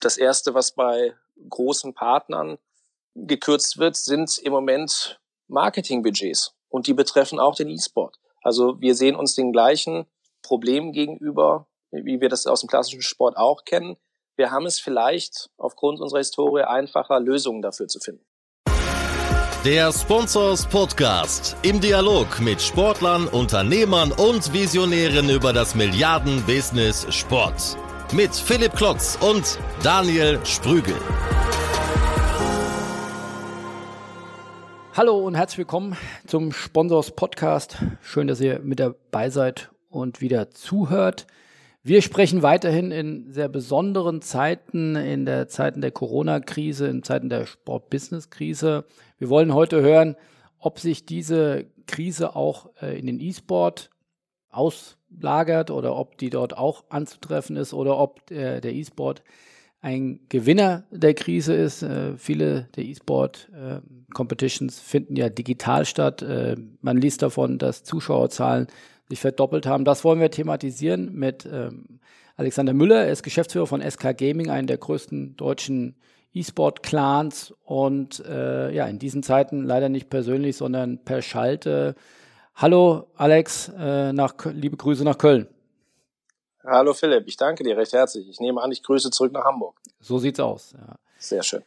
Das Erste, was bei großen Partnern gekürzt wird, sind im Moment Marketingbudgets. Und die betreffen auch den E-Sport. Also wir sehen uns den gleichen Problemen gegenüber, wie wir das aus dem klassischen Sport auch kennen. Wir haben es vielleicht aufgrund unserer Historie einfacher, Lösungen dafür zu finden. Der Sponsors Podcast im Dialog mit Sportlern, Unternehmern und Visionären über das Milliarden-Business Sport. Mit Philipp Klotz und Daniel Sprügel. Hallo und herzlich willkommen zum Sponsors Podcast. Schön, dass ihr mit dabei seid und wieder zuhört. Wir sprechen weiterhin in sehr besonderen Zeiten, in der Zeiten der Corona-Krise, in Zeiten der Sport-Business-Krise. Wir wollen heute hören, ob sich diese Krise auch in den E-Sport auslagert oder ob die dort auch anzutreffen ist oder ob der E-Sport ein Gewinner der Krise ist. Viele der E-Sport-Competitions finden ja digital statt. Man liest davon, dass Zuschauerzahlen sich verdoppelt haben. Das wollen wir thematisieren mit Alexander Müller. Er ist Geschäftsführer von SK Gaming, einem der größten deutschen E-Sport-Clans. Und in diesen Zeiten leider nicht persönlich, sondern per Schalte. Hallo Alex, liebe Grüße nach Köln. Hallo Philipp, ich danke dir recht herzlich. Ich nehme an, ich grüße zurück nach Hamburg. So sieht's aus. Ja. Sehr schön.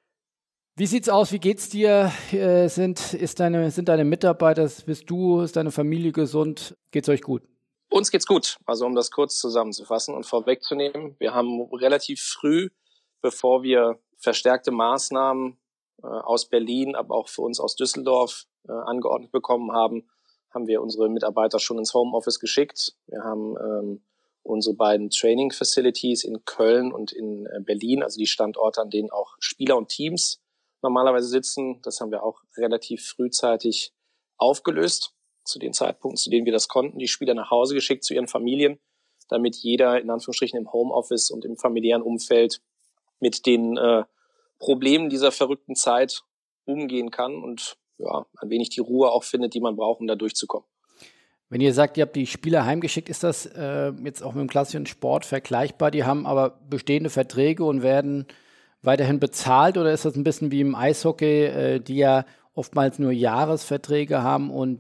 Wie sieht's aus? Wie geht's dir? Sind deine Mitarbeiter, ist deine Familie gesund? Geht's euch gut? Uns geht's gut. Also um das kurz zusammenzufassen und vorwegzunehmen, wir haben relativ früh, bevor wir verstärkte Maßnahmen aus Berlin, aber auch für uns aus Düsseldorf angeordnet bekommen haben wir unsere Mitarbeiter schon ins Homeoffice geschickt. Wir haben unsere beiden Training-Facilities in Köln und in Berlin, also die Standorte, an denen auch Spieler und Teams normalerweise sitzen. Das haben wir auch relativ frühzeitig aufgelöst, zu den Zeitpunkten, zu denen wir das konnten, die Spieler nach Hause geschickt zu ihren Familien, damit jeder in Anführungsstrichen im Homeoffice und im familiären Umfeld mit den Problemen dieser verrückten Zeit umgehen kann und ein wenig die Ruhe auch findet, die man braucht, um da durchzukommen. Wenn ihr sagt, ihr habt die Spieler heimgeschickt, ist das jetzt auch mit dem klassischen Sport vergleichbar? Die haben aber bestehende Verträge und werden weiterhin bezahlt, oder ist das ein bisschen wie im Eishockey, die ja oftmals nur Jahresverträge haben und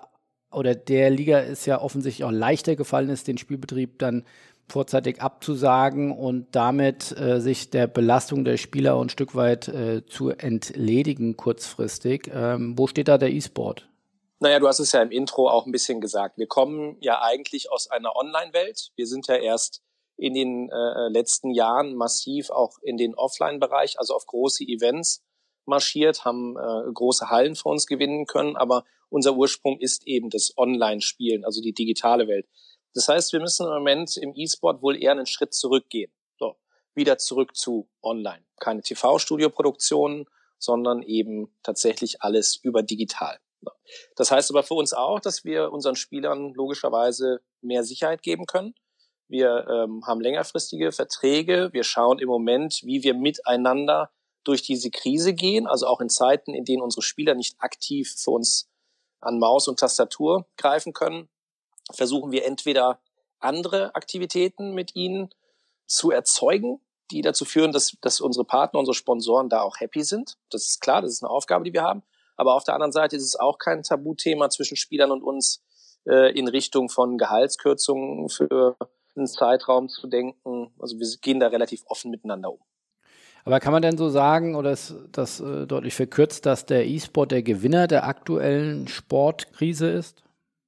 der Liga ist ja offensichtlich auch leichter gefallen ist, den Spielbetrieb dann vorzeitig abzusagen und damit sich der Belastung der Spieler ein Stück weit zu entledigen kurzfristig. Wo steht da der E-Sport? Naja, du hast es ja im Intro auch ein bisschen gesagt. Wir kommen ja eigentlich aus einer Online-Welt. Wir sind ja erst in den letzten Jahren massiv auch in den Offline-Bereich, also auf große Events marschiert, haben große Hallen für uns gewinnen können, aber unser Ursprung ist eben das Online-Spielen, also die digitale Welt. Das heißt, wir müssen im Moment im E-Sport wohl eher einen Schritt zurückgehen. So, wieder zurück zu Online. Keine TV-Studio-Produktionen, sondern eben tatsächlich alles über digital. Das heißt aber für uns auch, dass wir unseren Spielern logischerweise mehr Sicherheit geben können. Wir haben längerfristige Verträge. Wir schauen im Moment, wie wir miteinander durch diese Krise gehen. Also auch in Zeiten, in denen unsere Spieler nicht aktiv für uns an Maus und Tastatur greifen können, versuchen wir entweder andere Aktivitäten mit ihnen zu erzeugen, die dazu führen, dass unsere Partner, unsere Sponsoren da auch happy sind. Das ist klar, das ist eine Aufgabe, die wir haben. Aber auf der anderen Seite ist es auch kein Tabuthema zwischen Spielern und uns, in Richtung von Gehaltskürzungen für einen Zeitraum zu denken. Also wir gehen da relativ offen miteinander um. Aber kann man denn so sagen, oder ist das deutlich verkürzt, dass der E-Sport der Gewinner der aktuellen Sportkrise ist?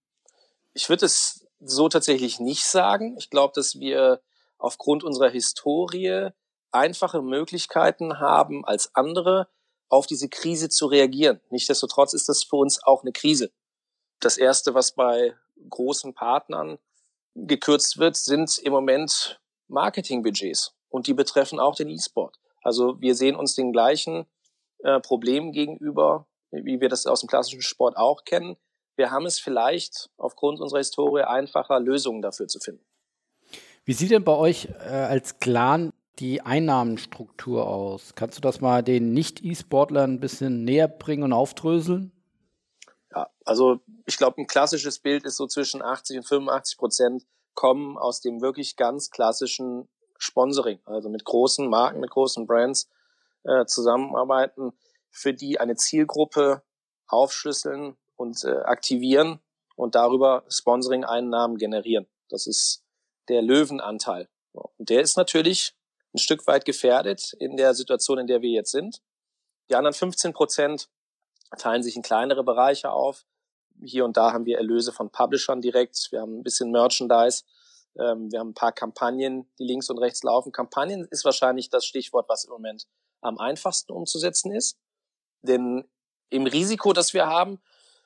Ich würde es so tatsächlich nicht sagen. Ich glaube, dass wir aufgrund unserer Historie einfache Möglichkeiten haben als andere, auf diese Krise zu reagieren. Nichtsdestotrotz ist das für uns auch eine Krise. Das Erste, was bei großen Partnern gekürzt wird, sind im Moment Marketingbudgets. Und die betreffen auch den E-Sport. Also wir sehen uns den gleichen Problemen gegenüber, wie wir das aus dem klassischen Sport auch kennen. Wir haben es vielleicht aufgrund unserer Historie einfacher, Lösungen dafür zu finden. Wie sieht denn bei euch als Clan die Einnahmenstruktur aus? Kannst du das mal den Nicht-E-Sportlern ein bisschen näher bringen und aufdröseln? Ja, also ich glaube, ein klassisches Bild ist so zwischen 80% und 85% kommen aus dem wirklich ganz klassischen Sponsoring, also mit großen Marken, mit großen Brands zusammenarbeiten, für die eine Zielgruppe aufschlüsseln und aktivieren und darüber Sponsoring-Einnahmen generieren. Das ist der Löwenanteil. Und der ist natürlich ein Stück weit gefährdet in der Situation, in der wir jetzt sind. Die anderen 15% teilen sich in kleinere Bereiche auf. Hier und da haben wir Erlöse von Publishern direkt. Wir haben ein bisschen Merchandise. Wir haben ein paar Kampagnen, die links und rechts laufen. Kampagnen ist wahrscheinlich das Stichwort, was im Moment am einfachsten umzusetzen ist. Denn im Risiko, das wir haben,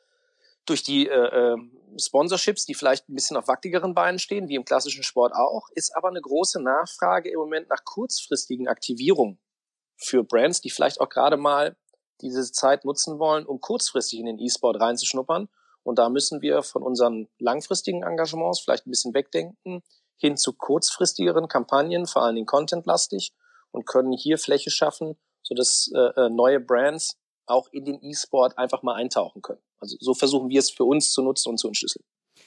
durch die Sponsorships, die vielleicht ein bisschen auf wackeligeren Beinen stehen, wie im klassischen Sport auch, ist aber eine große Nachfrage im Moment nach kurzfristigen Aktivierungen für Brands, die vielleicht auch gerade mal diese Zeit nutzen wollen, um kurzfristig in den E-Sport reinzuschnuppern. Und da müssen wir von unseren langfristigen Engagements vielleicht ein bisschen wegdenken, hin zu kurzfristigeren Kampagnen, vor allen Dingen contentlastig, und können hier Fläche schaffen, sodass neue Brands auch in den E-Sport einfach mal eintauchen können. Also so versuchen wir es für uns zu nutzen und zu entschlüsseln.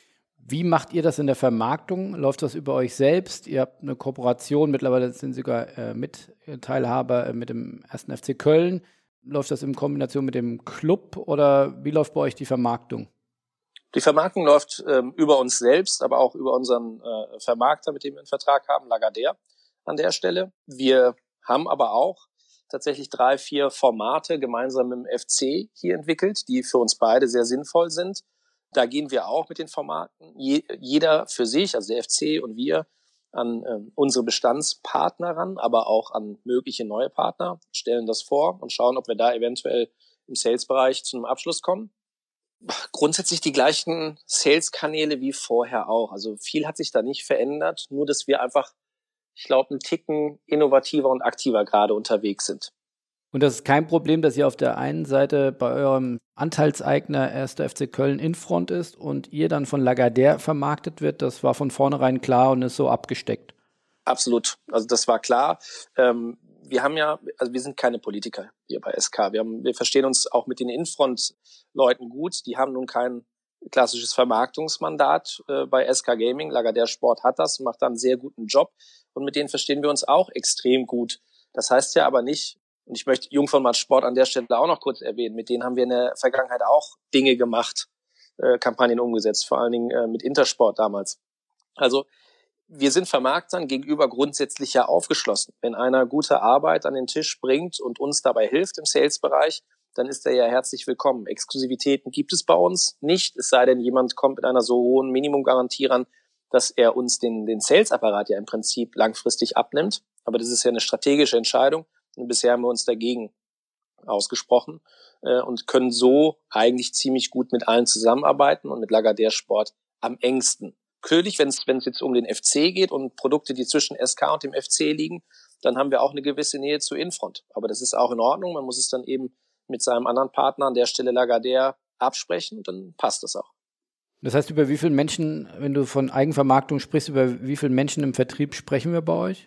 Wie macht ihr das in der Vermarktung? Läuft das über euch selbst? Ihr habt eine Kooperation, mittlerweile sind Sie sogar Mitteilhaber mit dem 1. FC Köln. Läuft das in Kombination mit dem Club oder wie läuft bei euch die Vermarktung? Die Vermarktung läuft über uns selbst, aber auch über unseren Vermarkter, mit dem wir einen Vertrag haben, Lagardère an der Stelle. Wir haben aber auch tatsächlich 3, 4 Formate gemeinsam mit dem FC hier entwickelt, die für uns beide sehr sinnvoll sind. Da gehen wir auch mit den Formaten, jeder für sich, also der FC und wir, an unsere Bestandspartner ran, aber auch an mögliche neue Partner, stellen das vor und schauen, ob wir da eventuell im Sales-Bereich zu einem Abschluss kommen. Grundsätzlich die gleichen Sales-Kanäle wie vorher auch. Also viel hat sich da nicht verändert, nur dass wir einfach, ich glaube, einen Ticken innovativer und aktiver gerade unterwegs sind. Und das ist kein Problem, dass ihr auf der einen Seite bei eurem Anteilseigner 1. FC Köln Infront ist und ihr dann von Lagardère vermarktet wird. Das war von vornherein klar und ist so abgesteckt. Absolut. Also das war klar. Wir sind keine Politiker hier bei SK. Wir verstehen uns auch mit den Infront-Leuten gut. Die haben nun kein klassisches Vermarktungsmandat bei SK Gaming. Lagardère Sport hat das und macht da einen sehr guten Job. Und mit denen verstehen wir uns auch extrem gut. Das heißt ja aber nicht, und ich möchte Jungformat Sport an der Stelle auch noch kurz erwähnen, mit denen haben wir in der Vergangenheit auch Dinge gemacht, Kampagnen umgesetzt, vor allen Dingen mit Intersport damals. Also wir sind Vermarktern gegenüber grundsätzlich ja aufgeschlossen. Wenn einer gute Arbeit an den Tisch bringt und uns dabei hilft im Sales-Bereich, dann ist er ja herzlich willkommen. Exklusivitäten gibt es bei uns nicht, es sei denn, jemand kommt mit einer so hohen Minimumgarantie ran, dass er uns den Sales-Apparat ja im Prinzip langfristig abnimmt. Aber das ist ja eine strategische Entscheidung. Und bisher haben wir uns dagegen ausgesprochen und können so eigentlich ziemlich gut mit allen zusammenarbeiten und mit Lagardère Sport am engsten. Natürlich, wenn es jetzt um den FC geht und Produkte, die zwischen SK und dem FC liegen, dann haben wir auch eine gewisse Nähe zu Infront. Aber das ist auch in Ordnung. Man muss es dann eben mit seinem anderen Partner an der Stelle Lagardère absprechen und dann passt das auch. Das heißt, über wie viele Menschen, wenn du von Eigenvermarktung sprichst, über wie viele Menschen im Vertrieb sprechen wir bei euch?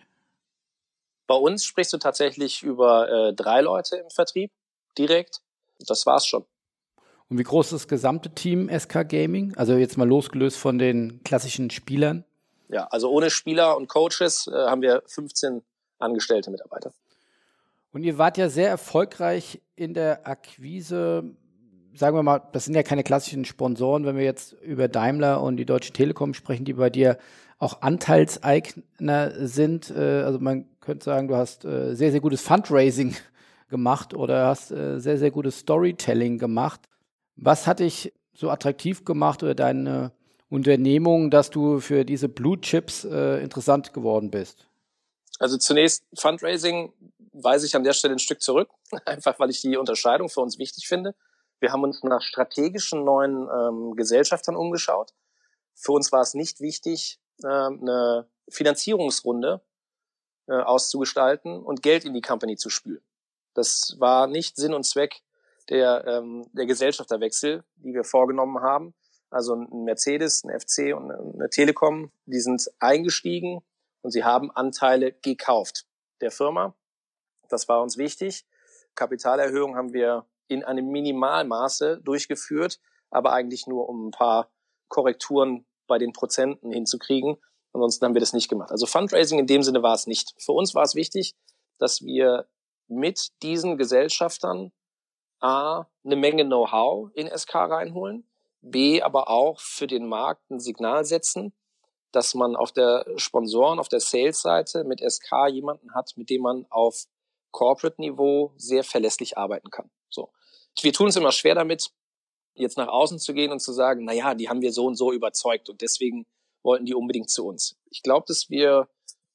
Bei uns sprichst du tatsächlich über 3 Leute im Vertrieb, direkt. Das war's schon. Und wie groß ist das gesamte Team SK Gaming? Also jetzt mal losgelöst von den klassischen Spielern. Ja, also ohne Spieler und Coaches haben wir 15 angestellte Mitarbeiter. Und ihr wart ja sehr erfolgreich in der Akquise, sagen wir mal, das sind ja keine klassischen Sponsoren, wenn wir jetzt über Daimler und die Deutsche Telekom sprechen, die bei dir auch Anteilseigner sind. Also man könnte sagen, du hast sehr, sehr gutes Fundraising gemacht oder hast sehr, sehr gutes Storytelling gemacht. Was hat dich so attraktiv gemacht oder deine Unternehmung, dass du für diese Blue Chips interessant geworden bist? Also zunächst Fundraising weise ich an der Stelle ein Stück zurück, einfach weil ich die Unterscheidung für uns wichtig finde. Wir haben uns nach strategischen neuen Gesellschaftern umgeschaut. Für uns war es nicht wichtig, eine Finanzierungsrunde auszugestalten und Geld in die Company zu spülen. Das war nicht Sinn und Zweck der Gesellschafterwechsel, die wir vorgenommen haben. Also ein Mercedes, ein FC und eine Telekom, die sind eingestiegen und sie haben Anteile gekauft der Firma. Das war uns wichtig. Kapitalerhöhung haben wir in einem Minimalmaße durchgeführt, aber eigentlich nur um ein paar Korrekturen bei den Prozenten hinzukriegen. Ansonsten haben wir das nicht gemacht. Also Fundraising in dem Sinne war es nicht. Für uns war es wichtig, dass wir mit diesen Gesellschaftern A, eine Menge Know-how in SK reinholen, B, aber auch für den Markt ein Signal setzen, dass man auf der Sponsoren-, auf der Sales-Seite mit SK jemanden hat, mit dem man auf Corporate-Niveau sehr verlässlich arbeiten kann. So. Wir tun es immer schwer damit, jetzt nach außen zu gehen und zu sagen, naja, die haben wir so und so überzeugt und deswegen wollten die unbedingt zu uns. Ich glaube, dass wir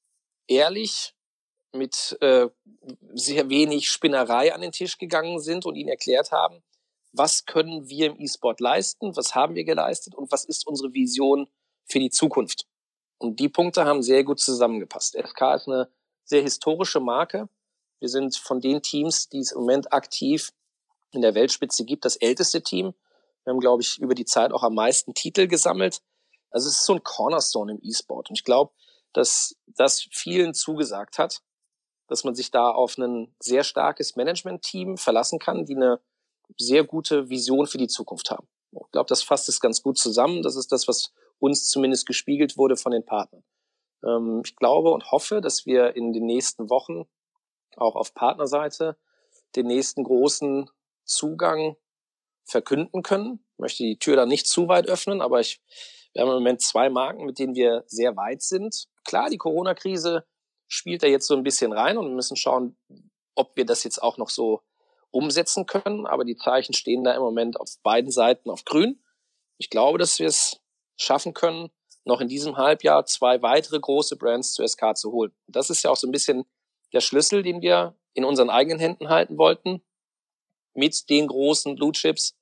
ehrlich mit sehr wenig Spinnerei an den Tisch gegangen sind und ihnen erklärt haben, was können wir im E-Sport leisten, was haben wir geleistet und was ist unsere Vision für die Zukunft. Und die Punkte haben sehr gut zusammengepasst. SK ist eine sehr historische Marke. Wir sind von den Teams, die es im Moment aktiv in der Weltspitze gibt, das älteste Team. Wir haben, glaube ich, über die Zeit auch am meisten Titel gesammelt. Also es ist so ein Cornerstone im E-Sport. Und ich glaube, dass das vielen zugesagt hat, dass man sich da auf ein sehr starkes Management-Team verlassen kann, die eine sehr gute Vision für die Zukunft haben. Ich glaube, das fasst es ganz gut zusammen. Das ist das, was uns zumindest gespiegelt wurde von den Partnern. Ich glaube und hoffe, dass wir in den nächsten Wochen auch auf Partnerseite den nächsten großen Zugang verkünden können. Ich möchte die Tür da nicht zu weit öffnen, aber wir haben im Moment 2 Marken, mit denen wir sehr weit sind. Klar, die Corona-Krise spielt da jetzt so ein bisschen rein und wir müssen schauen, ob wir das jetzt auch noch so umsetzen können. Aber die Zeichen stehen da im Moment auf beiden Seiten auf grün. Ich glaube, dass wir es schaffen können, noch in diesem Halbjahr 2 weitere große Brands zu SK zu holen. Und das ist ja auch so ein bisschen der Schlüssel, den wir in unseren eigenen Händen halten wollten, mit den großen Blue Chips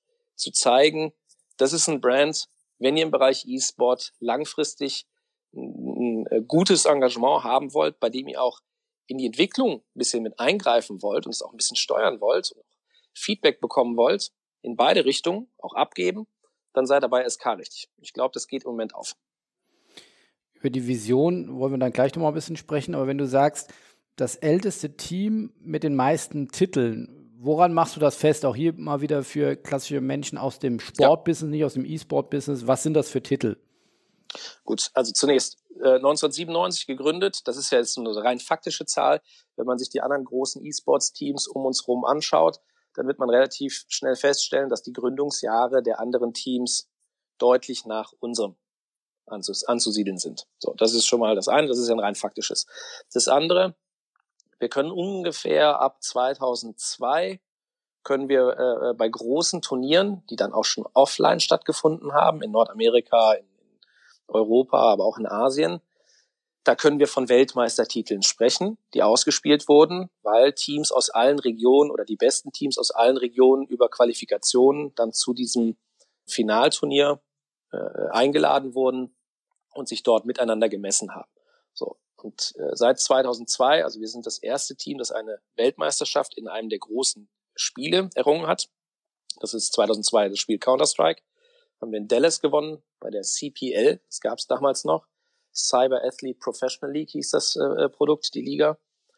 zu zeigen, das ist ein Brand, wenn ihr im Bereich E-Sport langfristig ein gutes Engagement haben wollt, bei dem ihr auch in die Entwicklung ein bisschen mit eingreifen wollt und es auch ein bisschen steuern wollt und Feedback bekommen wollt, in beide Richtungen auch abgeben, dann seid ihr bei SK richtig. Ich glaube, das geht im Moment auf. Über die Vision wollen wir dann gleich noch mal ein bisschen sprechen, aber wenn du sagst, das älteste Team mit den meisten Titeln, woran machst du das fest? Auch hier mal wieder für klassische Menschen aus dem Sportbusiness, nicht aus dem E-Sport-Business. Was sind das für Titel? Gut, also zunächst 1997 gegründet. Das ist ja jetzt eine rein faktische Zahl. Wenn man sich die anderen großen E-Sports-Teams um uns herum anschaut, dann wird man relativ schnell feststellen, dass die Gründungsjahre der anderen Teams deutlich nach unserem anzusiedeln sind. So, das ist schon mal das eine. Das ist ja ein rein faktisches. Das andere: Wir können ungefähr ab 2002 können wir bei großen Turnieren, die dann auch schon offline stattgefunden haben, in Nordamerika, in Europa, aber auch in Asien, da können wir von Weltmeistertiteln sprechen, die ausgespielt wurden, weil Teams aus allen Regionen oder die besten Teams aus allen Regionen über Qualifikationen dann zu diesem Finalturnier eingeladen wurden und sich dort miteinander gemessen haben. So. Und seit 2002, also wir sind das erste Team, das eine Weltmeisterschaft in einem der großen Spiele errungen hat. Das ist 2002 das Spiel Counter-Strike. Haben wir in Dallas gewonnen, bei der CPL, das gab es damals noch. Cyber Athlete Professional League hieß das Produkt, die Liga.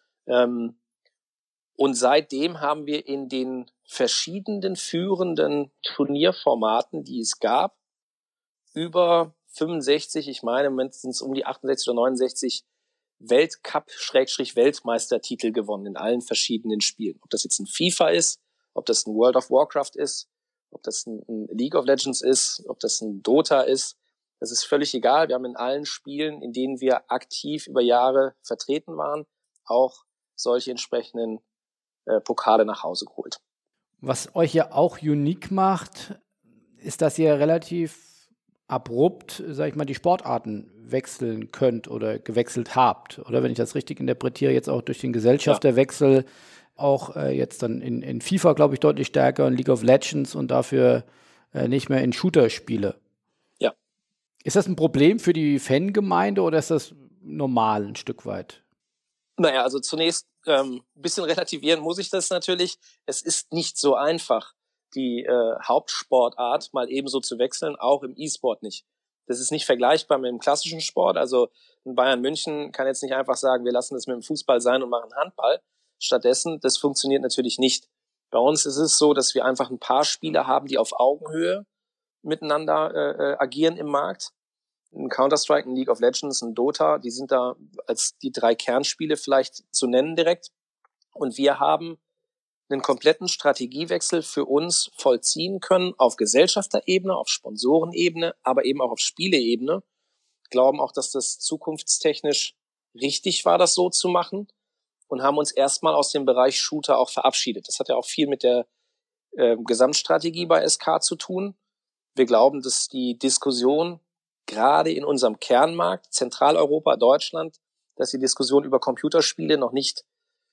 Und seitdem haben wir in den verschiedenen führenden Turnierformaten, die es gab, über 65, ich meine, im Moment sind es um die 68 oder 69 Weltcup-Weltmeistertitel gewonnen in allen verschiedenen Spielen. Ob das jetzt ein FIFA ist, ob das ein World of Warcraft ist, ob das ein League of Legends ist, ob das ein Dota ist, das ist völlig egal. Wir haben in allen Spielen, in denen wir aktiv über Jahre vertreten waren, auch solche entsprechenden Pokale nach Hause geholt. Was euch ja auch unique macht, ist, dass ihr relativ abrupt, sag ich mal, die Sportarten wechseln könnt oder gewechselt habt. Oder wenn ich das richtig interpretiere, jetzt auch durch den Gesellschafterwechsel, auch jetzt dann in FIFA, glaube ich, deutlich stärker, in League of Legends und dafür nicht mehr in Shooter-Spiele. Ja. Ist das ein Problem für die Fangemeinde oder ist das normal ein Stück weit? Naja, also zunächst ein bisschen relativieren muss ich das natürlich. Es ist nicht so einfach, die Hauptsportart mal ebenso zu wechseln, auch im E-Sport nicht. Das ist nicht vergleichbar mit dem klassischen Sport. Also in Bayern München kann jetzt nicht einfach sagen, wir lassen das mit dem Fußball sein und machen Handball. Stattdessen, das funktioniert natürlich nicht. Bei uns ist es so, dass wir einfach ein paar Spieler haben, die auf Augenhöhe miteinander agieren im Markt. ein Counter-Strike, ein League of Legends, ein Dota, die sind da als die 3 Kernspiele vielleicht zu nennen direkt. Und wir haben einen kompletten Strategiewechsel für uns vollziehen können auf Gesellschafterebene, auf Sponsorenebene, aber eben auch auf Spieleebene. Glauben auch, dass das zukunftstechnisch richtig war, das so zu machen, und haben uns erstmal aus dem Bereich Shooter auch verabschiedet. Das hat ja auch viel mit der Gesamtstrategie bei SK zu tun. Wir glauben, dass die Diskussion gerade in unserem Kernmarkt, Zentraleuropa, Deutschland, dass die Diskussion über Computerspiele noch nicht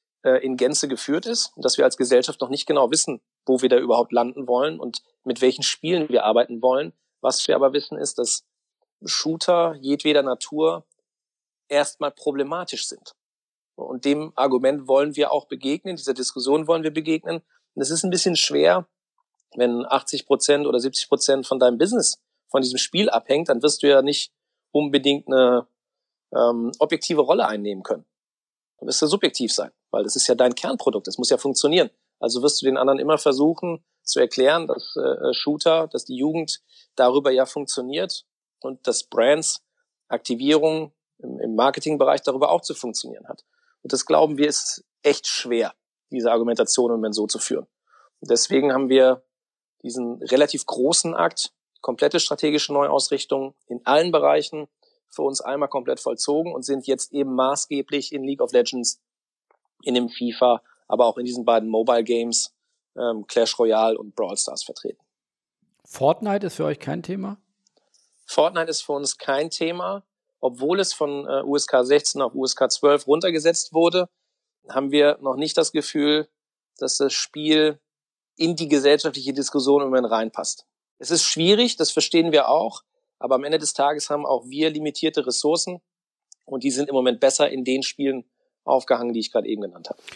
in Gänze geführt ist und dass wir als Gesellschaft noch nicht genau wissen, wo wir da überhaupt landen wollen und mit welchen Spielen wir arbeiten wollen. Was wir aber wissen, ist, dass Shooter jedweder Natur erstmal problematisch sind. Und dem Argument wollen wir auch begegnen, dieser Diskussion wollen wir begegnen. Und es ist ein bisschen schwer, wenn 80% oder 70% von deinem Business von diesem Spiel abhängt, dann wirst du ja nicht unbedingt eine objektive Rolle einnehmen können. Dann wirst du subjektiv sein, weil das ist ja dein Kernprodukt, das muss ja funktionieren. Also wirst du den anderen immer versuchen zu erklären, dass Shooter, dass die Jugend darüber ja funktioniert und dass Brands, Aktivierung im Marketingbereich darüber auch zu funktionieren hat. Und das glauben wir, ist echt schwer, diese Argumentation im Moment so zu führen. Und deswegen haben wir diesen relativ großen Akt, komplette strategische Neuausrichtung in allen Bereichen für uns einmal komplett vollzogen und sind jetzt eben maßgeblich in League of Legends, in dem FIFA, aber auch in diesen beiden Mobile Games, Clash Royale und Brawl Stars vertreten. Fortnite ist für euch kein Thema? Fortnite ist für uns kein Thema. Obwohl es von USK 16 auf USK 12 runtergesetzt wurde, haben wir noch nicht das Gefühl, dass das Spiel in die gesellschaftliche Diskussion im Moment reinpasst. Es ist schwierig, das verstehen wir auch, aber am Ende des Tages haben auch wir limitierte Ressourcen und die sind im Moment besser in den Spielen aufgehangen, die ich gerade eben genannt habe.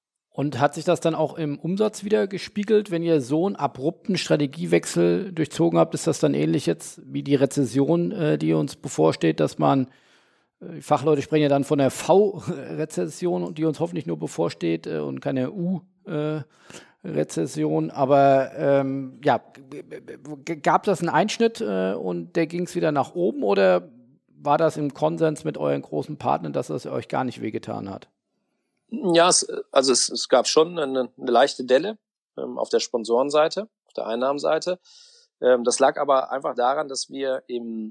Und hat sich das dann auch im Umsatz wieder gespiegelt, wenn ihr so einen abrupten Strategiewechsel durchzogen habt? Ist das dann ähnlich jetzt wie die Rezession, die uns bevorsteht, dass man, Fachleute sprechen ja dann von der V-Rezession, die uns hoffentlich nur bevorsteht und keine U-Rezession. Aber gab das einen Einschnitt und der ging es wieder nach oben, oder war das im Konsens mit euren großen Partnern, dass das euch gar nicht wehgetan hat? Ja, es gab schon eine leichte Delle auf der Sponsorenseite, auf der Einnahmenseite. Das lag aber einfach daran, dass wir im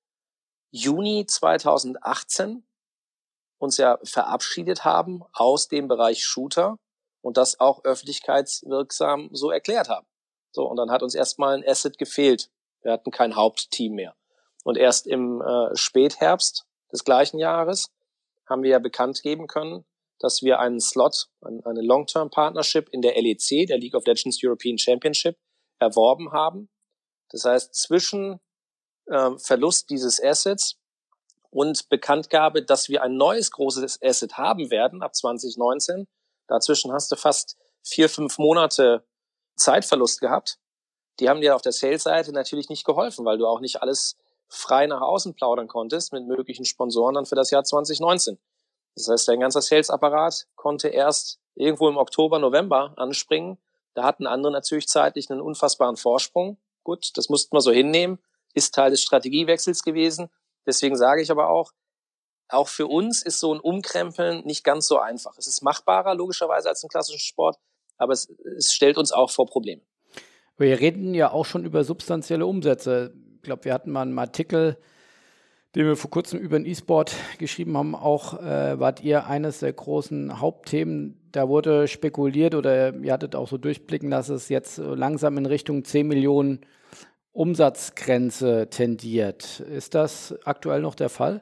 Juni 2018 uns ja verabschiedet haben aus dem Bereich Shooter und das auch öffentlichkeitswirksam so erklärt haben. So, und dann hat uns erstmal ein Asset gefehlt. Wir hatten kein Hauptteam mehr. Und erst im Spätherbst des gleichen Jahres haben wir ja bekannt geben können, dass wir einen Slot, eine Long-Term-Partnership in der LEC, der League of Legends European Championship, erworben haben. Das heißt, zwischen Verlust dieses Assets und Bekanntgabe, dass wir ein neues großes Asset haben werden ab 2019, dazwischen hast du fast 4-5 Monate Zeitverlust gehabt. Die haben dir auf der Sales-Seite natürlich nicht geholfen, weil du auch nicht alles frei nach außen plaudern konntest mit möglichen Sponsoren dann für das Jahr 2019. Das heißt, dein ganzer Sales-Apparat konnte erst irgendwo im Oktober, November anspringen. Da hatten andere natürlich zeitlich einen unfassbaren Vorsprung. Gut, das mussten wir so hinnehmen. Ist Teil des Strategiewechsels gewesen. Deswegen sage ich aber auch für uns ist so ein Umkrempeln nicht ganz so einfach. Es ist machbarer, logischerweise, als im klassischen Sport, aber es stellt uns auch vor Probleme. Wir reden ja auch schon über substanzielle Umsätze. Ich glaube, wir hatten mal einen Artikel, den wir vor kurzem über den E-Sport geschrieben haben, auch wart ihr eines der großen Hauptthemen. Da wurde spekuliert oder ihr hattet auch so durchblicken, dass es jetzt langsam in Richtung 10 Millionen Umsatzgrenze tendiert. Ist das aktuell noch der Fall?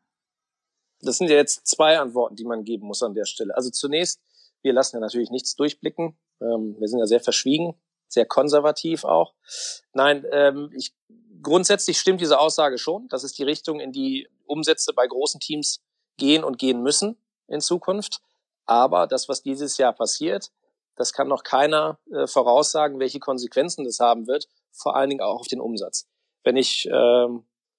Das sind ja jetzt 2 Antworten, die man geben muss an der Stelle. Also zunächst, wir lassen ja natürlich nichts durchblicken. Wir sind ja sehr verschwiegen, sehr konservativ auch. Nein, grundsätzlich stimmt diese Aussage schon. Das ist die Richtung, in die Umsätze bei großen Teams gehen und gehen müssen in Zukunft. Aber das, was dieses Jahr passiert, das kann noch keiner voraussagen, welche Konsequenzen das haben wird, vor allen Dingen auch auf den Umsatz. Wenn ich habe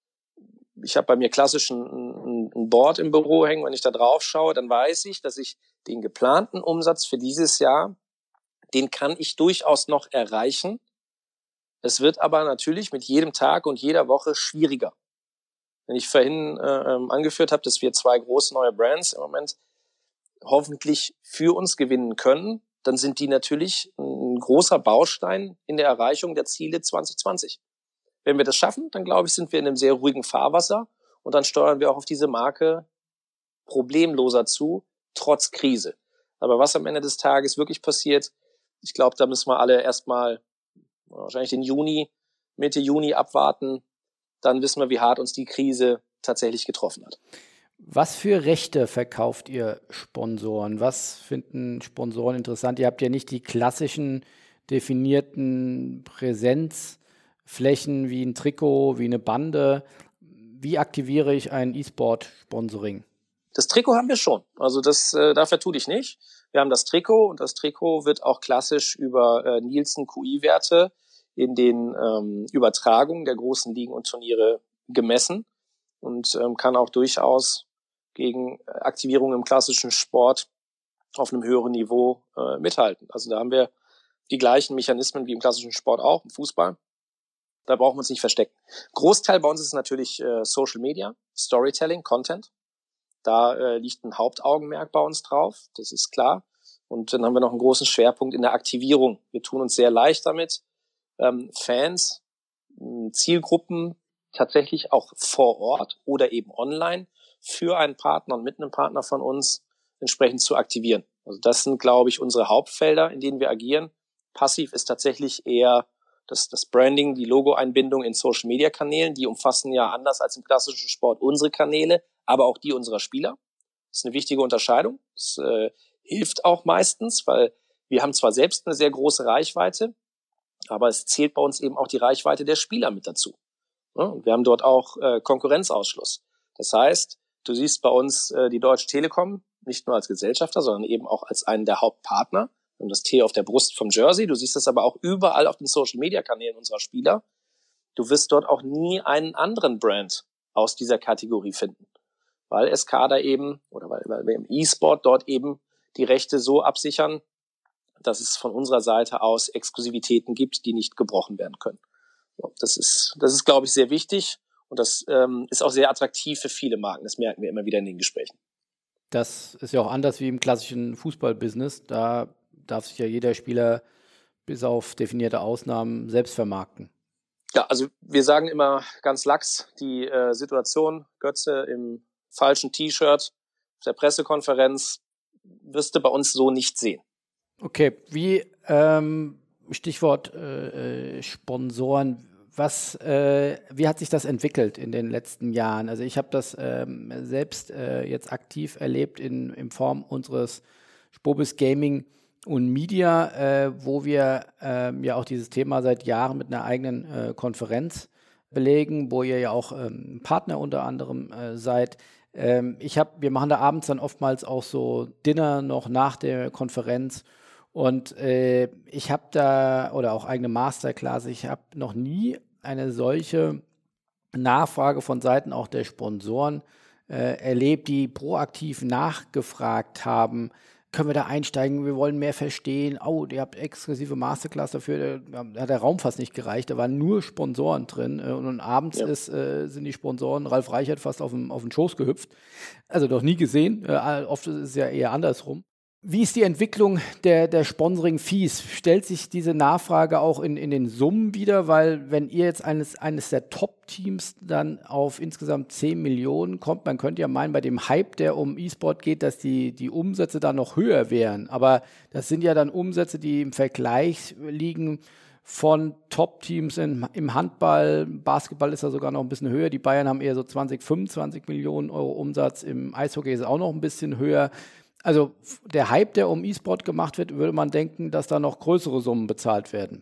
bei mir klassisch ein Board im Büro hängen, wenn ich da drauf schaue, dann weiß ich, dass ich den geplanten Umsatz für dieses Jahr, den kann ich durchaus noch erreichen. Es wird aber natürlich mit jedem Tag und jeder Woche schwieriger. Wenn ich vorhin angeführt habe, dass wir 2 große neue Brands im Moment hoffentlich für uns gewinnen können, dann sind die natürlich ein großer Baustein in der Erreichung der Ziele 2020. Wenn wir das schaffen, dann glaube ich, sind wir in einem sehr ruhigen Fahrwasser und dann steuern wir auch auf diese Marke problemloser zu, trotz Krise. Aber was am Ende des Tages wirklich passiert, ich glaube, da müssen wir alle erstmal wahrscheinlich den Juni, Mitte Juni abwarten. Dann wissen wir, wie hart uns die Krise tatsächlich getroffen hat. Was für Rechte verkauft ihr Sponsoren? Was finden Sponsoren interessant? Ihr habt ja nicht die klassischen definierten Präsenzflächen wie ein Trikot, wie eine Bande. Wie aktiviere ich ein E-Sport-Sponsoring? Das Trikot haben wir schon. Also da vertue dich nicht. Wir haben das Trikot und das Trikot wird auch klassisch über Nielsen QI-Werte in den Übertragungen der großen Ligen und Turniere gemessen und kann auch durchaus gegen Aktivierung im klassischen Sport auf einem höheren Niveau mithalten. Also da haben wir die gleichen Mechanismen wie im klassischen Sport auch, im Fußball. Da brauchen wir uns nicht verstecken. Großteil bei uns ist natürlich Social Media, Storytelling, Content. Da liegt ein Hauptaugenmerk bei uns drauf, das ist klar. Und dann haben wir noch einen großen Schwerpunkt in der Aktivierung. Wir tun uns sehr leicht damit, Fans, Zielgruppen tatsächlich auch vor Ort oder eben online für einen Partner und mit einem Partner von uns entsprechend zu aktivieren. Also das sind, glaube ich, unsere Hauptfelder, in denen wir agieren. Passiv ist tatsächlich eher das Branding, die Logo-Einbindung in Social-Media-Kanälen. Die umfassen ja anders als im klassischen Sport unsere Kanäle, aber auch die unserer Spieler. Das ist eine wichtige Unterscheidung. Das hilft auch meistens, weil wir haben zwar selbst eine sehr große Reichweite, aber es zählt bei uns eben auch die Reichweite der Spieler mit dazu. Ja, und wir haben dort auch Konkurrenzausschluss. Das heißt, du siehst bei uns die Deutsche Telekom nicht nur als Gesellschafter, sondern eben auch als einen der Hauptpartner. Wir haben das T auf der Brust vom Jersey. Du siehst das aber auch überall auf den Social-Media-Kanälen unserer Spieler. Du wirst dort auch nie einen anderen Brand aus dieser Kategorie finden, weil SK da eben, oder weil wir im E-Sport dort eben die Rechte so absichern, dass es von unserer Seite aus Exklusivitäten gibt, die nicht gebrochen werden können. Das ist, glaube ich, sehr wichtig und das ist auch sehr attraktiv für viele Marken. Das merken wir immer wieder in den Gesprächen. Das ist ja auch anders wie im klassischen Fußballbusiness. Da darf sich ja jeder Spieler bis auf definierte Ausnahmen selbst vermarkten. Ja, also wir sagen immer ganz lax, die Situation, Götze im falschen T-Shirt auf der Pressekonferenz, wirst du bei uns so nicht sehen. Okay, wie Stichwort Sponsoren, wie hat sich das entwickelt in den letzten Jahren? Also ich habe das selbst jetzt aktiv erlebt in Form unseres Spobis Gaming und Media, wo wir ja auch dieses Thema seit Jahren mit einer eigenen Konferenz belegen, wo ihr ja auch Partner unter anderem seid. Wir machen da abends dann oftmals auch so Dinner noch nach der Konferenz und ich habe da, oder auch eigene Masterclass, ich habe noch nie eine solche Nachfrage von Seiten auch der Sponsoren erlebt, die proaktiv nachgefragt haben, können wir da einsteigen, wir wollen mehr verstehen, ihr habt exklusive Masterclass dafür, da hat der Raum fast nicht gereicht, da waren nur Sponsoren drin und abends sind die Sponsoren Ralf Reichert fast auf den Schoß gehüpft, also noch nie gesehen, oft ist es ja eher andersrum. Wie ist die Entwicklung der Sponsoring-Fees? Stellt sich diese Nachfrage auch in den Summen wieder? Weil wenn ihr jetzt eines der Top-Teams dann auf insgesamt 10 Millionen kommt, man könnte ja meinen, bei dem Hype, der um E-Sport geht, dass die Umsätze da noch höher wären. Aber das sind ja dann Umsätze, die im Vergleich liegen von Top-Teams im Handball. Basketball ist ja sogar noch ein bisschen höher. Die Bayern haben eher so 25 Millionen Euro Umsatz. Im Eishockey ist es auch noch ein bisschen höher. Also der Hype, der um E-Sport gemacht wird, würde man denken, dass da noch größere Summen bezahlt werden.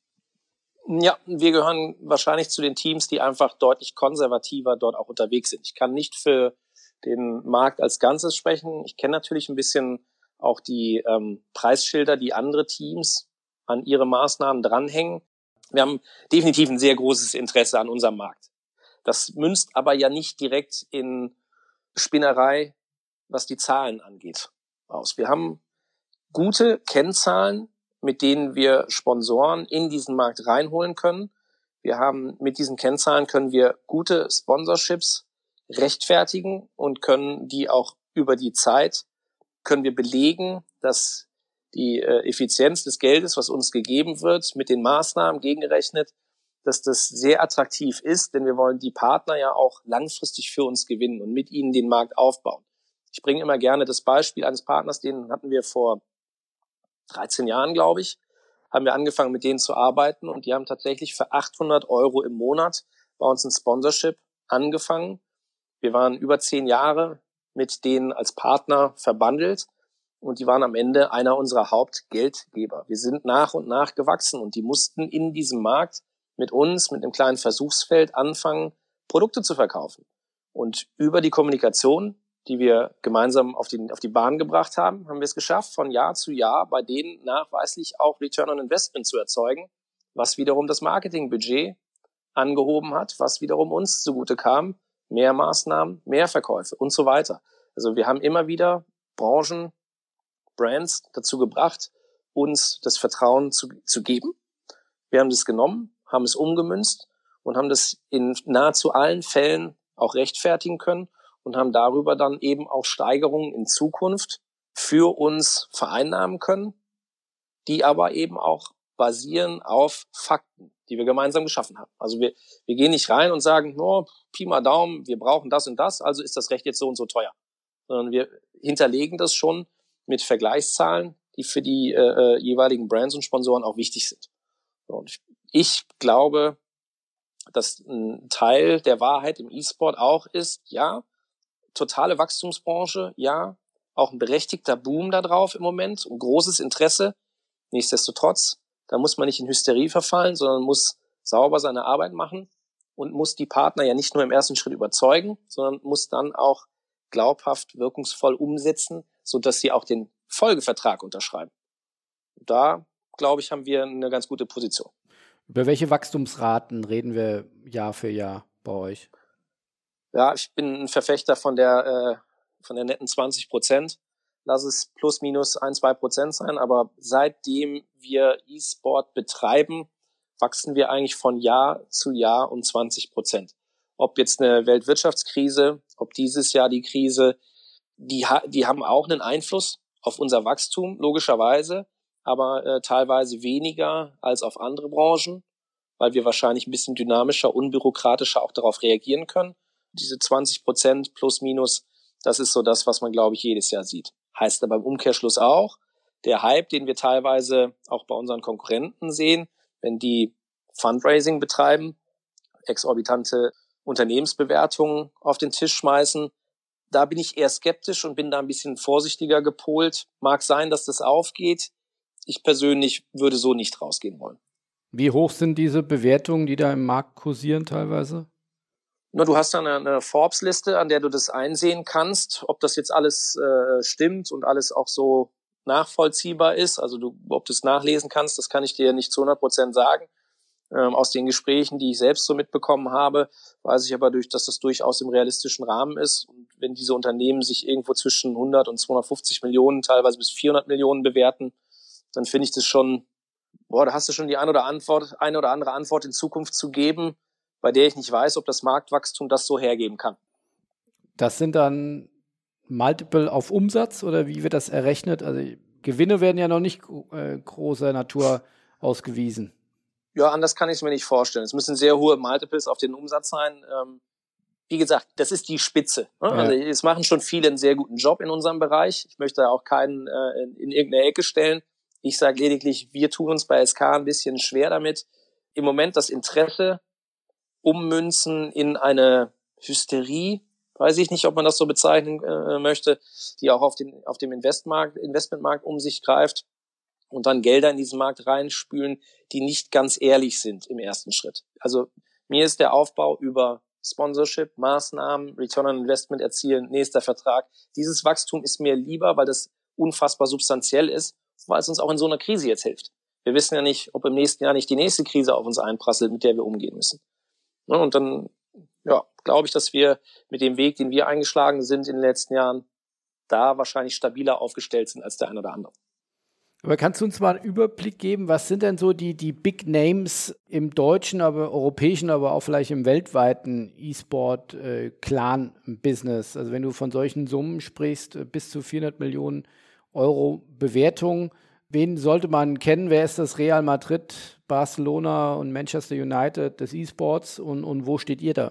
Ja, wir gehören wahrscheinlich zu den Teams, die einfach deutlich konservativer dort auch unterwegs sind. Ich kann nicht für den Markt als Ganzes sprechen. Ich kenne natürlich ein bisschen auch die Preisschilder, die andere Teams an ihre Maßnahmen dranhängen. Wir haben definitiv ein sehr großes Interesse an unserem Markt. Das münzt aber ja nicht direkt in Spinnerei, was die Zahlen angeht, aus. Wir haben gute Kennzahlen, mit denen wir Sponsoren in diesen Markt reinholen können. Wir haben mit diesen Kennzahlen können wir gute Sponsorships rechtfertigen und können die auch über die Zeit, können wir belegen, dass die Effizienz des Geldes, was uns gegeben wird, mit den Maßnahmen gegengerechnet, dass das sehr attraktiv ist, denn wir wollen die Partner ja auch langfristig für uns gewinnen und mit ihnen den Markt aufbauen. Ich bringe immer gerne das Beispiel eines Partners, den hatten wir vor 13 Jahren, glaube ich, haben wir angefangen, mit denen zu arbeiten und die haben tatsächlich für 800 € im Monat bei uns ein Sponsorship angefangen. Wir waren über 10 Jahre mit denen als Partner verbandelt und die waren am Ende einer unserer Hauptgeldgeber. Wir sind nach und nach gewachsen und die mussten in diesem Markt mit uns, mit einem kleinen Versuchsfeld anfangen, Produkte zu verkaufen. Und über die Kommunikation, die wir gemeinsam auf die Bahn gebracht haben, haben wir es geschafft, von Jahr zu Jahr bei denen nachweislich auch Return on Investment zu erzeugen, was wiederum das Marketingbudget angehoben hat, was wiederum uns zugute kam, mehr Maßnahmen, mehr Verkäufe und so weiter. Also wir haben immer wieder Branchen, Brands dazu gebracht, uns das Vertrauen zu geben. Wir haben das genommen, haben es umgemünzt und haben das in nahezu allen Fällen auch rechtfertigen können und haben darüber dann eben auch Steigerungen in Zukunft für uns vereinnahmen können, die aber eben auch basieren auf Fakten, die wir gemeinsam geschaffen haben. Also wir gehen nicht rein und sagen, oh, Pi mal Daumen, wir brauchen das und das, also ist das Recht jetzt so und so teuer. Sondern wir hinterlegen das schon mit Vergleichszahlen, die für die jeweiligen Brands und Sponsoren auch wichtig sind. Und ich glaube, dass ein Teil der Wahrheit im E-Sport auch ist, ja, totale Wachstumsbranche, ja, auch ein berechtigter Boom da drauf im Moment, ein großes Interesse. Nichtsdestotrotz, da muss man nicht in Hysterie verfallen, sondern muss sauber seine Arbeit machen und muss die Partner ja nicht nur im ersten Schritt überzeugen, sondern muss dann auch glaubhaft, wirkungsvoll umsetzen, sodass sie auch den Folgevertrag unterschreiben. Da, glaube ich, haben wir eine ganz gute Position. Über welche Wachstumsraten reden wir Jahr für Jahr bei euch? Ja, ich bin ein Verfechter von der netten 20%. Lass es plus minus 1-2% sein, aber seitdem wir E-Sport betreiben, wachsen wir eigentlich von Jahr zu Jahr um 20%. Ob jetzt eine Weltwirtschaftskrise, ob dieses Jahr die Krise, die haben auch einen Einfluss auf unser Wachstum, logischerweise, aber teilweise weniger als auf andere Branchen, weil wir wahrscheinlich ein bisschen dynamischer, unbürokratischer auch darauf reagieren können. Diese 20% plus minus, das ist so das, was man, glaube ich, jedes Jahr sieht. Heißt aber im Umkehrschluss auch, der Hype, den wir teilweise auch bei unseren Konkurrenten sehen, wenn die Fundraising betreiben, exorbitante Unternehmensbewertungen auf den Tisch schmeißen, da bin ich eher skeptisch und bin da ein bisschen vorsichtiger gepolt. Mag sein, dass das aufgeht. Ich persönlich würde so nicht rausgehen wollen. Wie hoch sind diese Bewertungen, die da im Markt kursieren teilweise? Na, du hast dann eine Forbes-Liste, an der du das einsehen kannst, ob das jetzt alles stimmt und alles auch so nachvollziehbar ist. Also ob du es nachlesen kannst, das kann ich dir nicht zu 100% sagen. Aus den Gesprächen, die ich selbst so mitbekommen habe, weiß ich aber dass das durchaus im realistischen Rahmen ist. Und wenn diese Unternehmen sich irgendwo zwischen 100 und 250 Millionen, teilweise bis 400 Millionen bewerten, dann finde ich das schon, da hast du schon die eine oder andere Antwort in Zukunft zu geben, bei der ich nicht weiß, ob das Marktwachstum das so hergeben kann. Das sind dann Multiple auf Umsatz oder wie wird das errechnet? Also Gewinne werden ja noch nicht großer Natur ausgewiesen. Ja, anders kann ich es mir nicht vorstellen. Es müssen sehr hohe Multiples auf den Umsatz sein. Wie gesagt, das ist die Spitze. Ne? Ja. Also es machen schon viele einen sehr guten Job in unserem Bereich. Ich möchte da auch keinen in irgendeine Ecke stellen. Ich sage lediglich, wir tun uns bei SK ein bisschen schwer damit, im Moment das Interesse ummünzen in eine Hysterie, weiß ich nicht, ob man das so bezeichnen möchte, die auch auf dem Investmentmarkt um sich greift und dann Gelder in diesen Markt reinspülen, die nicht ganz ehrlich sind im ersten Schritt. Also mir ist der Aufbau über Sponsorship, Maßnahmen, Return on Investment erzielen, nächster Vertrag. Dieses Wachstum ist mir lieber, weil das unfassbar substanziell ist, weil es uns auch in so einer Krise jetzt hilft. Wir wissen ja nicht, ob im nächsten Jahr nicht die nächste Krise auf uns einprasselt, mit der wir umgehen müssen. Und dann glaube ich, dass wir mit dem Weg, den wir eingeschlagen sind in den letzten Jahren, da wahrscheinlich stabiler aufgestellt sind als der eine oder andere. Aber kannst du uns mal einen Überblick geben, was sind denn so die Big Names im deutschen, aber europäischen, aber auch vielleicht im weltweiten E-Sport-Clan-Business? Also wenn du von solchen Summen sprichst, bis zu 400 Millionen Euro Bewertung, wen sollte man kennen? Wer ist das Real Madrid, Barcelona und Manchester United des E-Sports und wo steht ihr da?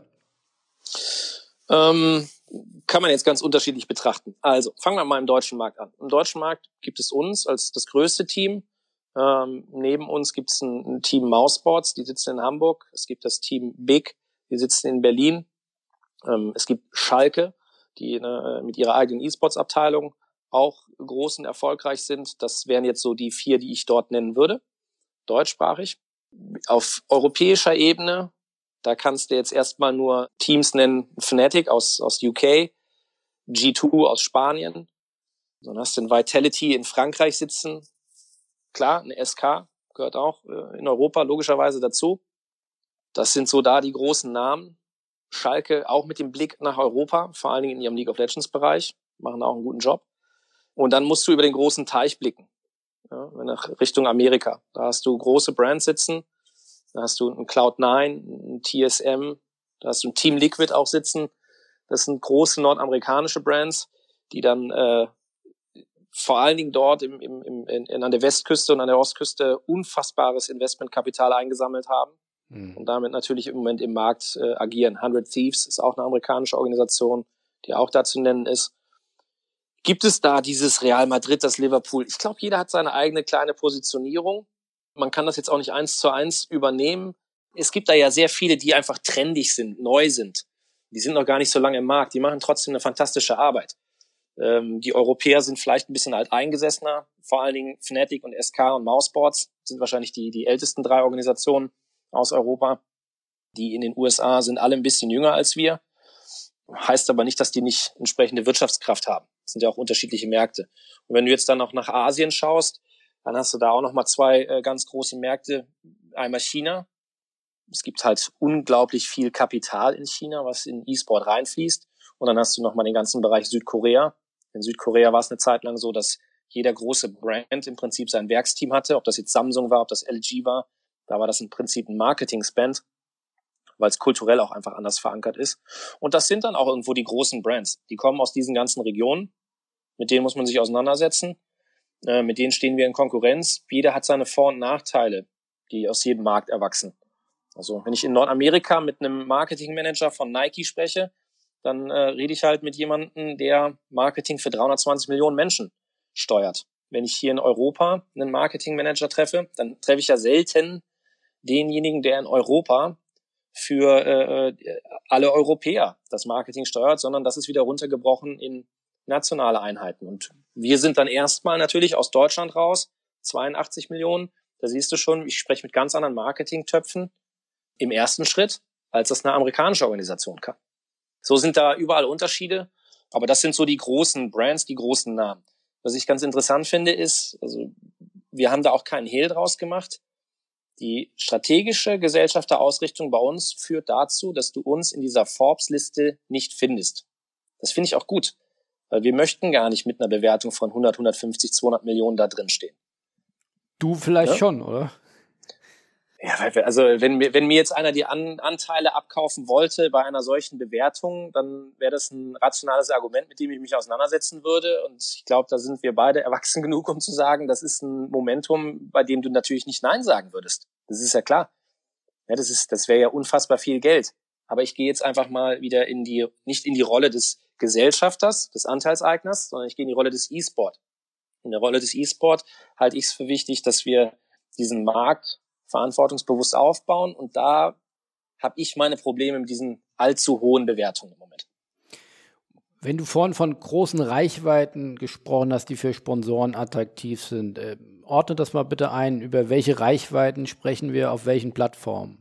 Kann man jetzt ganz unterschiedlich betrachten. Also, fangen wir mal im deutschen Markt an. Im deutschen Markt gibt es uns als das größte Team. Neben uns gibt es ein Team Mousesports, die sitzen in Hamburg. Es gibt das Team Big, die sitzen in Berlin. Es gibt Schalke, die mit ihrer eigenen E-Sports-Abteilung auch groß und erfolgreich sind. Das wären jetzt so die 4, die ich dort nennen würde, deutschsprachig. Auf europäischer Ebene, da kannst du jetzt erstmal nur Teams nennen, Fnatic aus UK, G2 aus Spanien, dann hast du ein Vitality in Frankreich sitzen, klar, eine SK gehört auch in Europa logischerweise dazu. Das sind so da die großen Namen. Schalke auch mit dem Blick nach Europa, vor allen Dingen in ihrem League of Legends Bereich, machen auch einen guten Job. Und dann musst du über den großen Teich blicken, ja, nach Richtung Amerika. Da hast du große Brands sitzen. Da hast du ein Cloud9, ein TSM, da hast du ein Team Liquid auch sitzen. Das sind große nordamerikanische Brands, die dann vor allen Dingen dort an der Westküste und an der Ostküste unfassbares Investmentkapital eingesammelt haben und damit natürlich im Moment im Markt agieren. 100 Thieves ist auch eine amerikanische Organisation, die auch da zu nennen ist. Gibt es da dieses Real Madrid, das Liverpool? Ich glaube, jeder hat seine eigene kleine Positionierung. Man kann das jetzt auch nicht 1:1 übernehmen. Es gibt da ja sehr viele, die einfach trendig sind, neu sind. Die sind noch gar nicht so lange im Markt. Die machen trotzdem eine fantastische Arbeit. Die Europäer sind vielleicht ein bisschen alteingesessener. Vor allen Dingen Fnatic und SK und Mousesports sind wahrscheinlich die ältesten 3 Organisationen aus Europa. Die in den USA sind alle ein bisschen jünger als wir. Heißt aber nicht, dass die nicht entsprechende Wirtschaftskraft haben. Das sind ja auch unterschiedliche Märkte. Und wenn du jetzt dann auch nach Asien schaust, dann hast du da auch nochmal 2 ganz große Märkte. Einmal China. Es gibt halt unglaublich viel Kapital in China, was in E-Sport reinfließt. Und dann hast du nochmal den ganzen Bereich Südkorea. In Südkorea war es eine Zeit lang so, dass jeder große Brand im Prinzip sein Werksteam hatte. Ob das jetzt Samsung war, ob das LG war. Da war das im Prinzip ein Marketing-Spend, weil es kulturell auch einfach anders verankert ist. Und das sind dann auch irgendwo die großen Brands. Die kommen aus diesen ganzen Regionen. Mit denen muss man sich auseinandersetzen. Mit denen stehen wir in Konkurrenz. Jeder hat seine Vor- und Nachteile, die aus jedem Markt erwachsen. Also wenn ich in Nordamerika mit einem Marketingmanager von Nike spreche, dann rede ich halt mit jemandem, der Marketing für 320 Millionen Menschen steuert. Wenn ich hier in Europa einen Marketingmanager treffe, dann treffe ich ja selten denjenigen, der in Europa für alle Europäer das Marketing steuert, sondern das ist wieder runtergebrochen in nationale Einheiten. Und wir sind dann erstmal natürlich aus Deutschland raus, 82 Millionen. Da siehst du schon, ich spreche mit ganz anderen Marketingtöpfen im ersten Schritt, als das eine amerikanische Organisation kann. So sind da überall Unterschiede, aber das sind so die großen Brands, die großen Namen. Was ich ganz interessant finde, ist, also wir haben da auch keinen Hehl draus gemacht. Die strategische Gesellschafterausrichtung bei uns führt dazu, dass du uns in dieser Forbes-Liste nicht findest. Das finde ich auch gut, weil wir möchten gar nicht mit einer Bewertung von 100, 150, 200 Millionen da drin stehen. Du vielleicht schon, oder? Ja, also wenn mir jetzt einer die Anteile abkaufen wollte bei einer solchen Bewertung, dann wäre das ein rationales Argument, mit dem ich mich auseinandersetzen würde. Und ich glaube, da sind wir beide erwachsen genug, um zu sagen, das ist ein Momentum, bei dem du natürlich nicht Nein sagen würdest. Das ist ja klar. Ja, das wäre ja unfassbar viel Geld. Aber ich gehe jetzt einfach mal wieder nicht in die Rolle des Gesellschafters, des Anteilseigners, sondern ich gehe in die Rolle des E-Sport. In der Rolle des E-Sport halte ich es für wichtig, dass wir diesen Markt verantwortungsbewusst aufbauen. Und da habe ich meine Probleme mit diesen allzu hohen Bewertungen im Moment. Wenn du vorhin von großen Reichweiten gesprochen hast, die für Sponsoren attraktiv sind, ordne das mal bitte ein. Über welche Reichweiten sprechen wir auf welchen Plattformen?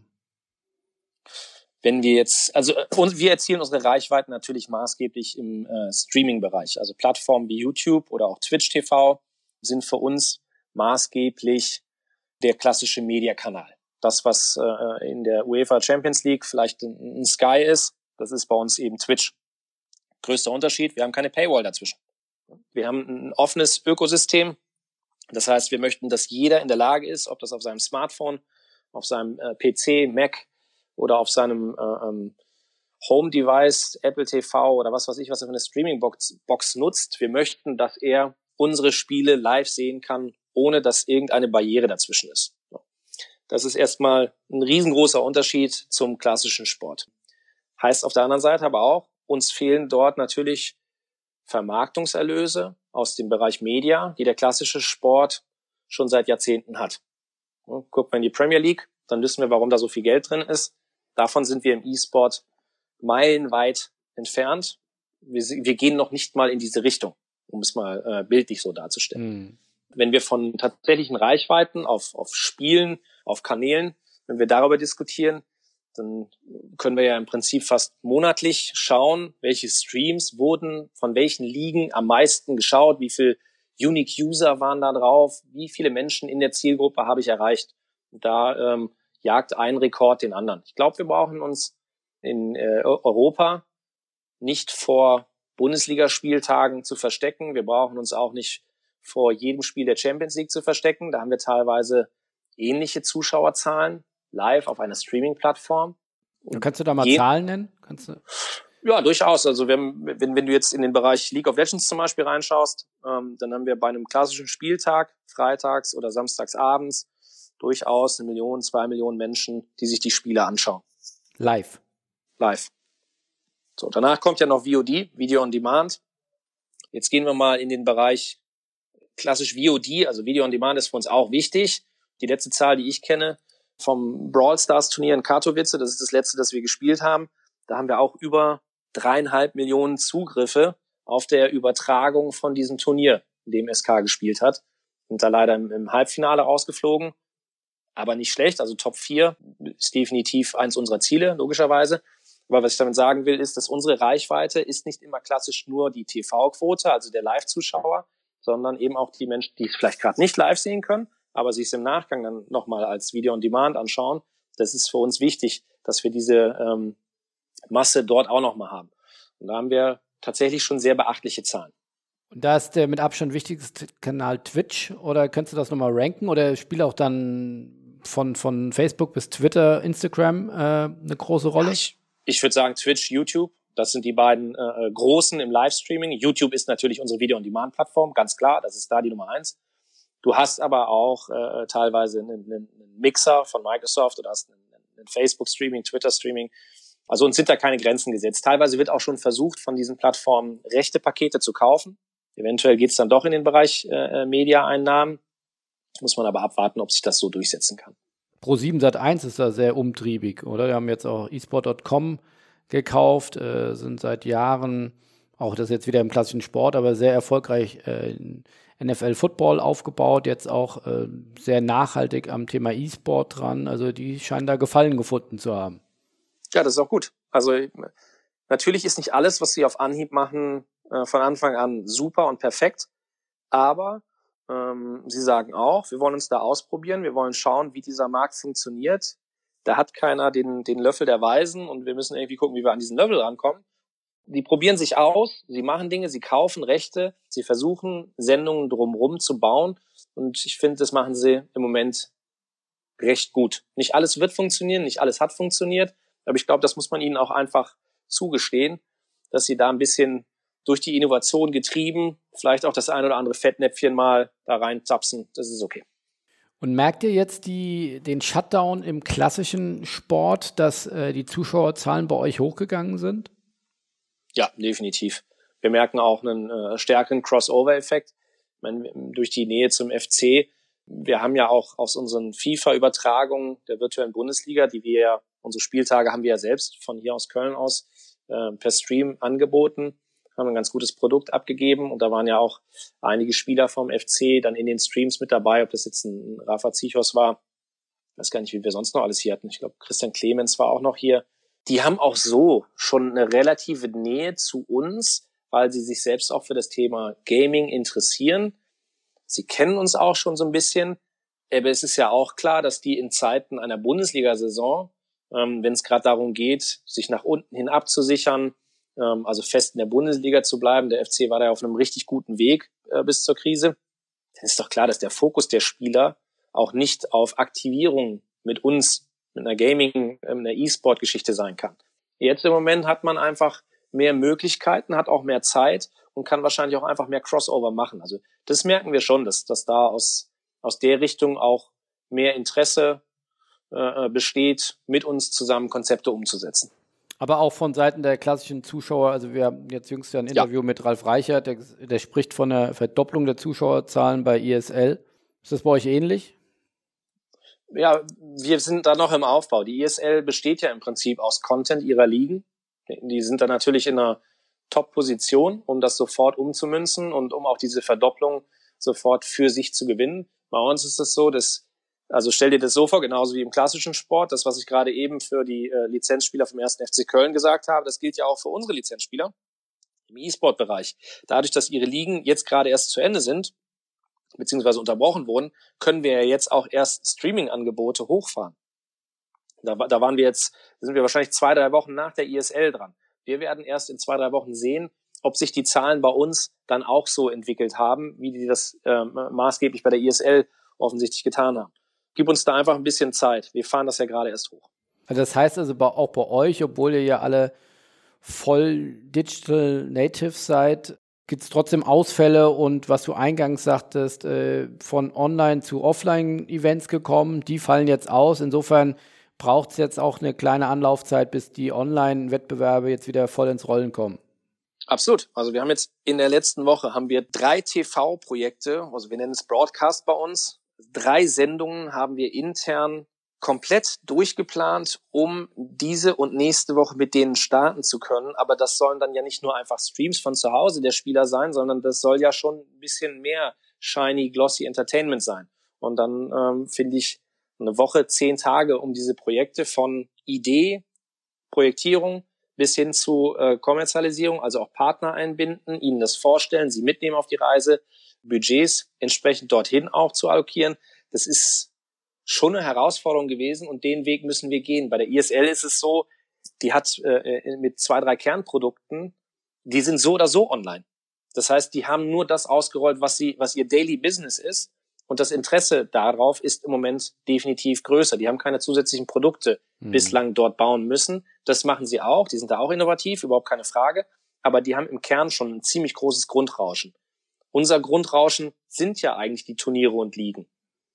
Wenn wir jetzt, also wir erzielen unsere Reichweiten natürlich maßgeblich im Streaming-Bereich. Also Plattformen wie YouTube oder auch Twitch TV sind für uns maßgeblich der klassische Mediakanal. Das, was in der UEFA Champions League vielleicht ein Sky ist, das ist bei uns eben Twitch. Größter Unterschied, wir haben keine Paywall dazwischen. Wir haben ein offenes Ökosystem, Das heißt, wir möchten, dass jeder in der Lage ist, ob das auf seinem Smartphone, auf seinem PC, Mac oder auf seinem Home-Device, Apple TV oder was weiß ich, was er für eine Streaming-Box nutzt. Wir möchten, dass er unsere Spiele live sehen kann, ohne dass irgendeine Barriere dazwischen ist. Das ist erstmal ein riesengroßer Unterschied zum klassischen Sport. Heißt auf der anderen Seite aber auch, uns fehlen dort natürlich Vermarktungserlöse aus dem Bereich Media, die der klassische Sport schon seit Jahrzehnten hat. Guckt man in die Premier League, dann wissen wir, warum da so viel Geld drin ist. Davon sind wir im E-Sport meilenweit entfernt. Wir gehen noch nicht mal in diese Richtung, um es mal bildlich so darzustellen. Wenn wir von tatsächlichen Reichweiten auf Spielen, auf Kanälen, wenn wir darüber diskutieren, dann können wir ja im Prinzip fast monatlich schauen, welche Streams wurden von welchen Ligen am meisten geschaut, wie viel Unique User waren da drauf, wie viele Menschen in der Zielgruppe habe ich erreicht. Und da jagt ein Rekord den anderen. Ich glaube, wir brauchen uns in Europa nicht vor Bundesligaspieltagen zu verstecken. Wir brauchen uns auch nicht vor jedem Spiel der Champions League zu verstecken. Da haben wir teilweise ähnliche Zuschauerzahlen live auf einer Streaming-Plattform. Kannst du da mal Zahlen nennen? Ja, durchaus. Also wenn du jetzt in den Bereich League of Legends zum Beispiel reinschaust, dann haben wir bei einem klassischen Spieltag, freitags oder samstags abends, durchaus 1 Million, 2 Millionen Menschen, die sich die Spiele anschauen. Live. So, danach kommt ja noch VOD, Video on Demand. Jetzt gehen wir mal in den Bereich klassisch VOD, also Video on Demand ist für uns auch wichtig. Die letzte Zahl, die ich kenne, vom Brawl Stars Turnier in Katowice, das ist das letzte, das wir gespielt haben. Da haben wir auch über 3,5 Millionen Zugriffe auf der Übertragung von diesem Turnier, in dem SK gespielt hat. Und da leider im Halbfinale rausgeflogen. Aber nicht schlecht, also Top 4 ist definitiv eins unserer Ziele, logischerweise. Aber was ich damit sagen will, ist, dass unsere Reichweite ist nicht immer klassisch nur die TV-Quote, also der Live-Zuschauer, sondern eben auch die Menschen, die es vielleicht gerade nicht live sehen können, aber sich es im Nachgang dann nochmal als Video on Demand anschauen. Das ist für uns wichtig, dass wir diese Masse dort auch nochmal haben. Und da haben wir tatsächlich schon sehr beachtliche Zahlen. Und da ist der mit Abstand wichtigste Kanal Twitch, oder kannst du das nochmal ranken, oder spielt auch dann von Facebook bis Twitter, Instagram eine große Rolle? Ja, ich würde sagen Twitch, YouTube, das sind die beiden großen im Livestreaming. YouTube ist natürlich unsere Video-on-Demand-Plattform, ganz klar, das ist da die Nummer 1. Du hast aber auch teilweise einen Mixer von Microsoft oder hast einen Facebook-Streaming, Twitter-Streaming. Also uns sind da keine Grenzen gesetzt. Teilweise wird auch schon versucht, von diesen Plattformen rechte Pakete zu kaufen. Eventuell geht's dann doch in den Bereich Media-Einnahmen. Muss man aber abwarten, ob sich das so durchsetzen kann. Pro7 Sat.1 ist da sehr umtriebig, oder? Wir haben jetzt auch esport.com gekauft, sind seit Jahren, auch das jetzt wieder im klassischen Sport, aber sehr erfolgreich NFL Football aufgebaut, jetzt auch sehr nachhaltig am Thema E-Sport dran. Also die scheinen da Gefallen gefunden zu haben. Ja, das ist auch gut. Also natürlich ist nicht alles, was sie auf Anhieb machen, von Anfang an super und perfekt, aber sie sagen auch, wir wollen uns da ausprobieren, wir wollen schauen, wie dieser Markt funktioniert. Da hat keiner den Löffel der Weisen und wir müssen irgendwie gucken, wie wir an diesen Löffel rankommen. Die probieren sich aus, sie machen Dinge, sie kaufen Rechte, sie versuchen Sendungen drumherum zu bauen und ich finde, das machen sie im Moment recht gut. Nicht alles wird funktionieren, nicht alles hat funktioniert, aber ich glaube, das muss man ihnen auch einfach zugestehen, dass sie da ein bisschen durch die Innovation getrieben, vielleicht auch das ein oder andere Fettnäpfchen mal da reinzapsen, das ist okay. Und merkt ihr jetzt den Shutdown im klassischen Sport, dass die Zuschauerzahlen bei euch hochgegangen sind? Ja, definitiv. Wir merken auch einen stärkeren Crossover-Effekt. Ich meine, durch die Nähe zum FC. Wir haben ja auch aus unseren FIFA-Übertragungen der virtuellen Bundesliga, unsere Spieltage haben wir ja selbst von hier aus Köln aus per Stream angeboten, haben ein ganz gutes Produkt abgegeben und da waren ja auch einige Spieler vom FC dann in den Streams mit dabei, ob das jetzt ein Rafa Zichos war, ich weiß gar nicht, wie wir sonst noch alles hier hatten. Ich glaube, Christian Clemens war auch noch hier. Die haben auch so schon eine relative Nähe zu uns, weil sie sich selbst auch für das Thema Gaming interessieren. Sie kennen uns auch schon so ein bisschen, aber es ist ja auch klar, dass die in Zeiten einer Bundesliga-Saison, wenn es gerade darum geht, sich nach unten hin abzusichern, also fest in der Bundesliga zu bleiben, der FC war da auf einem richtig guten Weg bis zur Krise, dann ist doch klar, dass der Fokus der Spieler auch nicht auf Aktivierung mit uns, mit einer Gaming, einer E-Sport-Geschichte sein kann. Jetzt im Moment hat man einfach mehr Möglichkeiten, hat auch mehr Zeit und kann wahrscheinlich auch einfach mehr Crossover machen. Also das merken wir schon, dass da aus der Richtung auch mehr Interesse besteht, mit uns zusammen Konzepte umzusetzen. Aber auch von Seiten der klassischen Zuschauer, also wir haben jetzt jüngst ja ein Interview mit Ralf Reichert, der spricht von einer Verdopplung der Zuschauerzahlen bei ESL. Ist das bei euch ähnlich? Ja, wir sind da noch im Aufbau. Die ESL besteht ja im Prinzip aus Content ihrer Ligen. Die sind da natürlich in einer Top-Position, um das sofort umzumünzen und um auch diese Verdopplung sofort für sich zu gewinnen. Bei uns ist es so, also stell dir das so vor, genauso wie im klassischen Sport, das, was ich gerade eben für die Lizenzspieler vom 1. FC Köln gesagt habe, das gilt ja auch für unsere Lizenzspieler im E-Sport-Bereich. Dadurch, dass ihre Ligen jetzt gerade erst zu Ende sind, beziehungsweise unterbrochen wurden, können wir ja jetzt auch erst Streaming-Angebote hochfahren. Da sind wir wahrscheinlich 2-3 Wochen nach der ESL dran. Wir werden erst in 2-3 Wochen sehen, ob sich die Zahlen bei uns dann auch so entwickelt haben, wie die das maßgeblich bei der ESL offensichtlich getan haben. Gib uns da einfach ein bisschen Zeit. Wir fahren das ja gerade erst hoch. Also das heißt also auch bei euch, obwohl ihr ja alle voll Digital Natives seid, gibt es trotzdem Ausfälle und was du eingangs sagtest, von Online zu Offline-Events gekommen, die fallen jetzt aus. Insofern braucht es jetzt auch eine kleine Anlaufzeit, bis die Online-Wettbewerbe jetzt wieder voll ins Rollen kommen. Absolut. Also wir haben jetzt in der letzten Woche 3 TV-Projekte, also wir nennen es Broadcast bei uns. 3 Sendungen haben wir intern komplett durchgeplant, um diese und nächste Woche mit denen starten zu können. Aber das sollen dann ja nicht nur einfach Streams von zu Hause der Spieler sein, sondern das soll ja schon ein bisschen mehr shiny, glossy Entertainment sein. Und dann finde ich eine Woche, 10 Tage, um diese Projekte von Idee, Projektierung bis hin zu Kommerzialisierung, also auch Partner einbinden, ihnen das vorstellen, sie mitnehmen auf die Reise, Budgets entsprechend dorthin auch zu allokieren. Das ist schon eine Herausforderung gewesen und den Weg müssen wir gehen. Bei der ESL ist es so, die hat mit 2-3 Kernprodukten, die sind so oder so online. Das heißt, die haben nur das ausgerollt, was ihr Daily Business ist und das Interesse darauf ist im Moment definitiv größer. Die haben keine zusätzlichen Produkte bislang dort bauen müssen. Das machen sie auch, die sind da auch innovativ, überhaupt keine Frage, aber die haben im Kern schon ein ziemlich großes Grundrauschen. Unser Grundrauschen sind ja eigentlich die Turniere und Ligen.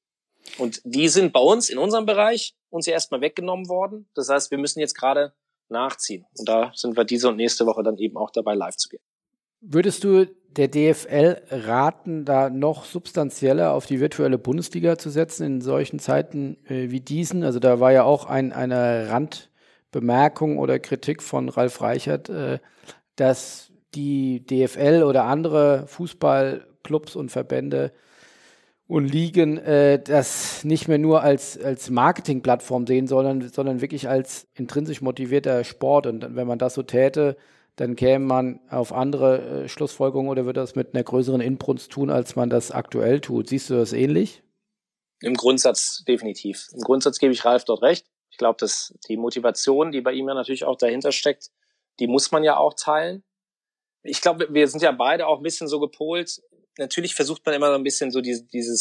Und die sind bei uns in unserem Bereich uns ja erstmal weggenommen worden. Das heißt, wir müssen jetzt gerade nachziehen. Und da sind wir diese und nächste Woche dann eben auch dabei, live zu gehen. Würdest du der DFL raten, da noch substanzieller auf die virtuelle Bundesliga zu setzen in solchen Zeiten wie diesen? Also da war ja auch eine Randbemerkung oder Kritik von Ralf Reichert, dass die DFL oder andere Fußballclubs und Verbände und Ligen das nicht mehr nur als Marketingplattform sehen, sondern wirklich als intrinsisch motivierter Sport. Und wenn man das so täte, dann käme man auf andere Schlussfolgerungen oder würde das mit einer größeren Inbrunst tun, als man das aktuell tut. Siehst du das ähnlich? Im Grundsatz definitiv. Im Grundsatz gebe ich Ralf dort recht. Ich glaube, dass die Motivation, die bei ihm ja natürlich auch dahinter steckt, die muss man ja auch teilen. Ich glaube, wir sind ja beide auch ein bisschen so gepolt. Natürlich versucht man immer so ein bisschen so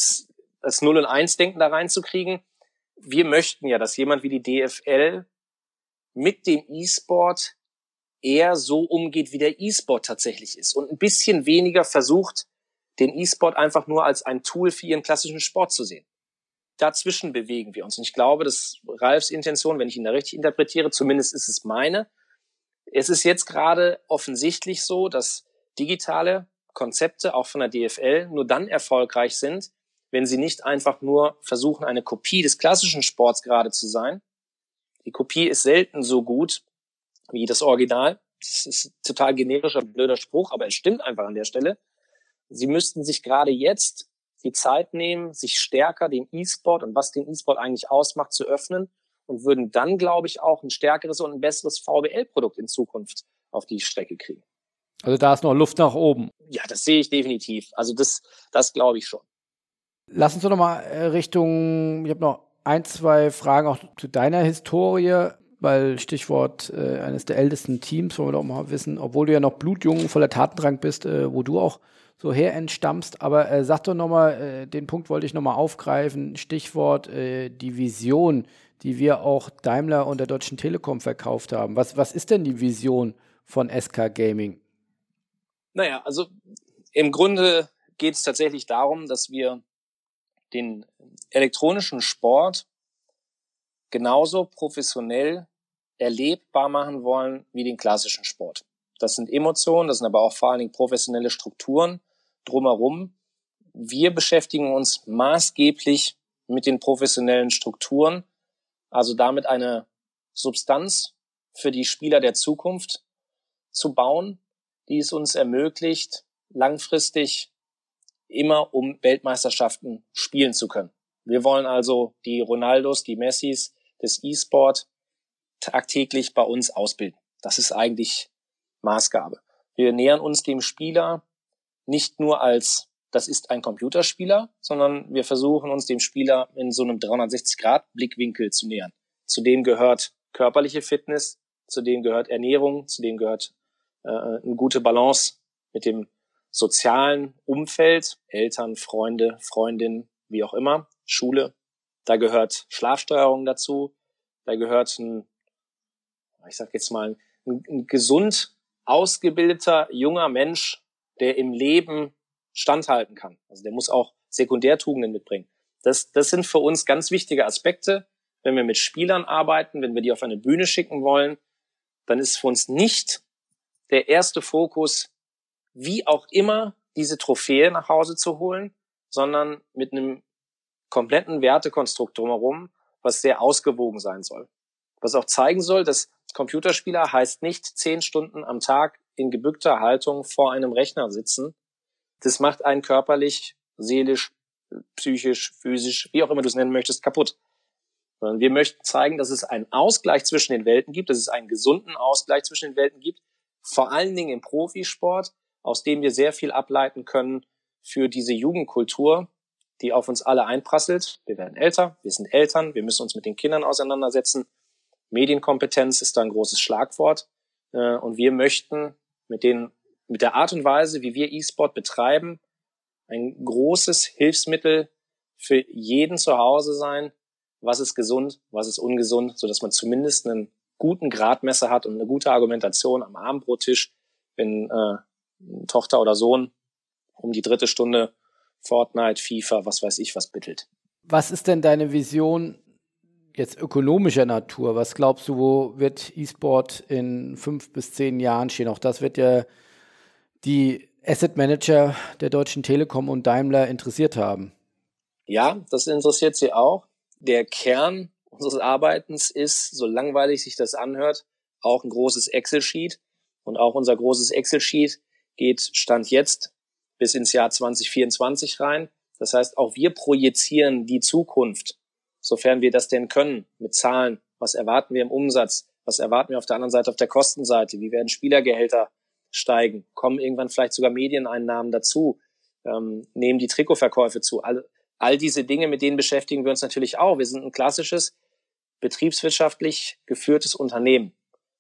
das 0 und 1 Denken da reinzukriegen. Wir möchten ja, dass jemand wie die DFL mit dem E-Sport eher so umgeht, wie der E-Sport tatsächlich ist und ein bisschen weniger versucht, den E-Sport einfach nur als ein Tool für ihren klassischen Sport zu sehen. Dazwischen bewegen wir uns. Und ich glaube, dass Ralfs Intention, wenn ich ihn da richtig interpretiere, zumindest ist es meine, es ist jetzt gerade offensichtlich so, dass digitale Konzepte auch von der DFL nur dann erfolgreich sind, wenn sie nicht einfach nur versuchen, eine Kopie des klassischen Sports gerade zu sein. Die Kopie ist selten so gut wie das Original. Das ist total generischer, blöder Spruch, aber es stimmt einfach an der Stelle. Sie müssten sich gerade jetzt die Zeit nehmen, sich stärker dem E-Sport und was den E-Sport eigentlich ausmacht, zu öffnen und würden dann, glaube ich, auch ein stärkeres und ein besseres VBL-Produkt in Zukunft auf die Strecke kriegen. Also da ist noch Luft nach oben. Ja, das sehe ich definitiv. Also das glaube ich schon. Lass uns doch nochmal Richtung, ich habe noch 1-2 Fragen auch zu deiner Historie, weil Stichwort eines der ältesten Teams, wollen wir doch mal wissen, obwohl du ja noch blutjung, voller Tatendrang bist, wo du auch so her entstammst. Aber sag doch nochmal, den Punkt wollte ich nochmal aufgreifen, Stichwort die Vision, die wir auch Daimler und der Deutschen Telekom verkauft haben. Was ist denn die Vision von SK Gaming? Naja, also im Grunde geht es tatsächlich darum, dass wir den elektronischen Sport genauso professionell erlebbar machen wollen wie den klassischen Sport. Das sind Emotionen, das sind aber auch vor allen Dingen professionelle Strukturen drumherum. Wir beschäftigen uns maßgeblich mit den professionellen Strukturen, also damit eine Substanz für die Spieler der Zukunft zu bauen, die es uns ermöglicht, langfristig immer um Weltmeisterschaften spielen zu können. Wir wollen also die Ronaldos, die Messis des E-Sport tagtäglich bei uns ausbilden. Das ist eigentlich Maßgabe. Wir nähern uns dem Spieler nicht nur als, das ist ein Computerspieler, sondern wir versuchen uns dem Spieler in so einem 360-Grad-Blickwinkel zu nähern. Zu dem gehört körperliche Fitness, zu dem gehört Ernährung, zu dem gehört eine gute Balance mit dem sozialen Umfeld, Eltern, Freunde, Freundinnen, wie auch immer, Schule. Da gehört Schlafsteuerung dazu, da gehört ein gesund ausgebildeter junger Mensch, der im Leben standhalten kann. Also der muss auch Sekundärtugenden mitbringen. Das sind für uns ganz wichtige Aspekte. Wenn wir mit Spielern arbeiten, wenn wir die auf eine Bühne schicken wollen, dann ist für uns nicht der erste Fokus, wie auch immer diese Trophäe nach Hause zu holen, sondern mit einem kompletten Wertekonstrukt drumherum, was sehr ausgewogen sein soll. Was auch zeigen soll, dass Computerspieler heißt nicht 10 Stunden am Tag in gebückter Haltung vor einem Rechner sitzen. Das macht einen körperlich, seelisch, psychisch, physisch, wie auch immer du es nennen möchtest, kaputt. Sondern wir möchten zeigen, dass es einen Ausgleich zwischen den Welten gibt, dass es einen gesunden Ausgleich zwischen den Welten gibt, vor allen Dingen im Profisport, aus dem wir sehr viel ableiten können für diese Jugendkultur, die auf uns alle einprasselt. Wir werden älter, wir sind Eltern, wir müssen uns mit den Kindern auseinandersetzen. Medienkompetenz ist da ein großes Schlagwort. Und wir möchten mit der Art und Weise, wie wir E-Sport betreiben, ein großes Hilfsmittel für jeden zu Hause sein. Was ist gesund, was ist ungesund, sodass man zumindest einen guten Gradmesser hat und eine gute Argumentation am Abendbrottisch, wenn Tochter oder Sohn um die 3. Stunde Fortnite, FIFA, was weiß ich, was bittelt. Was ist denn deine Vision jetzt ökonomischer Natur? Was glaubst du, wo wird E-Sport in 5 bis 10 Jahren stehen? Auch das wird ja die Asset Manager der Deutschen Telekom und Daimler interessiert haben. Ja, das interessiert sie auch. Der Kern unseres Arbeitens ist, so langweilig sich das anhört, auch ein großes Excel-Sheet. Und auch unser großes Excel-Sheet geht Stand jetzt bis ins Jahr 2024 rein. Das heißt, auch wir projizieren die Zukunft, sofern wir das denn können, mit Zahlen. Was erwarten wir im Umsatz? Was erwarten wir auf der anderen Seite, auf der Kostenseite? Wie werden Spielergehälter steigen? Kommen irgendwann vielleicht sogar Medieneinnahmen dazu? Nehmen die Trikotverkäufe zu? All diese Dinge, mit denen beschäftigen wir uns natürlich auch. Wir sind ein klassisches, betriebswirtschaftlich geführtes Unternehmen.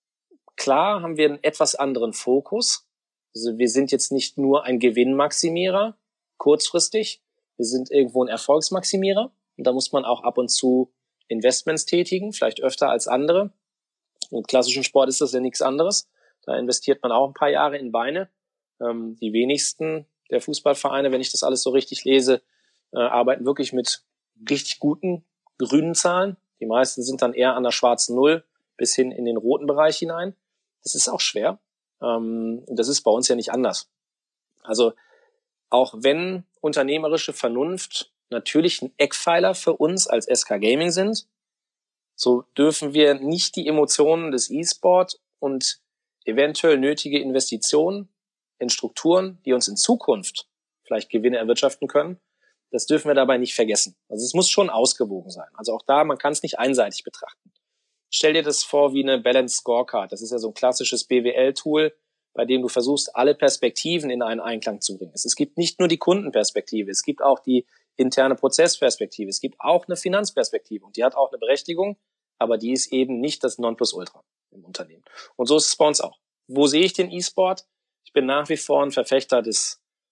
Klar haben wir einen etwas anderen Fokus. Also wir sind jetzt nicht nur ein Gewinnmaximierer, kurzfristig. Wir sind irgendwo ein Erfolgsmaximierer. Und da muss man auch ab und zu Investments tätigen, vielleicht öfter als andere. Im klassischen Sport ist das ja nichts anderes. Da investiert man auch ein paar Jahre in Beine. Die wenigsten der Fußballvereine, wenn ich das alles so richtig lese, arbeiten wirklich mit richtig guten grünen Zahlen. Die meisten sind dann eher an der schwarzen Null bis hin in den roten Bereich hinein. Das ist auch schwer. Und das ist bei uns ja nicht anders. Also auch wenn unternehmerische Vernunft natürlich ein Eckpfeiler für uns als SK Gaming sind, so dürfen wir nicht die Emotionen des E-Sport und eventuell nötige Investitionen in Strukturen, die uns in Zukunft vielleicht Gewinne erwirtschaften können, das dürfen wir dabei nicht vergessen. Also es muss schon ausgewogen sein. Also auch da, man kann es nicht einseitig betrachten. Stell dir das vor wie eine Balanced Scorecard. Das ist ja so ein klassisches BWL-Tool, bei dem du versuchst, alle Perspektiven in einen Einklang zu bringen. Es gibt nicht nur die Kundenperspektive, es gibt auch die interne Prozessperspektive, es gibt auch eine Finanzperspektive und die hat auch eine Berechtigung, aber die ist eben nicht das Nonplusultra im Unternehmen. Und so ist es bei uns auch. Wo sehe ich den E-Sport? Ich bin nach wie vor ein Verfechter des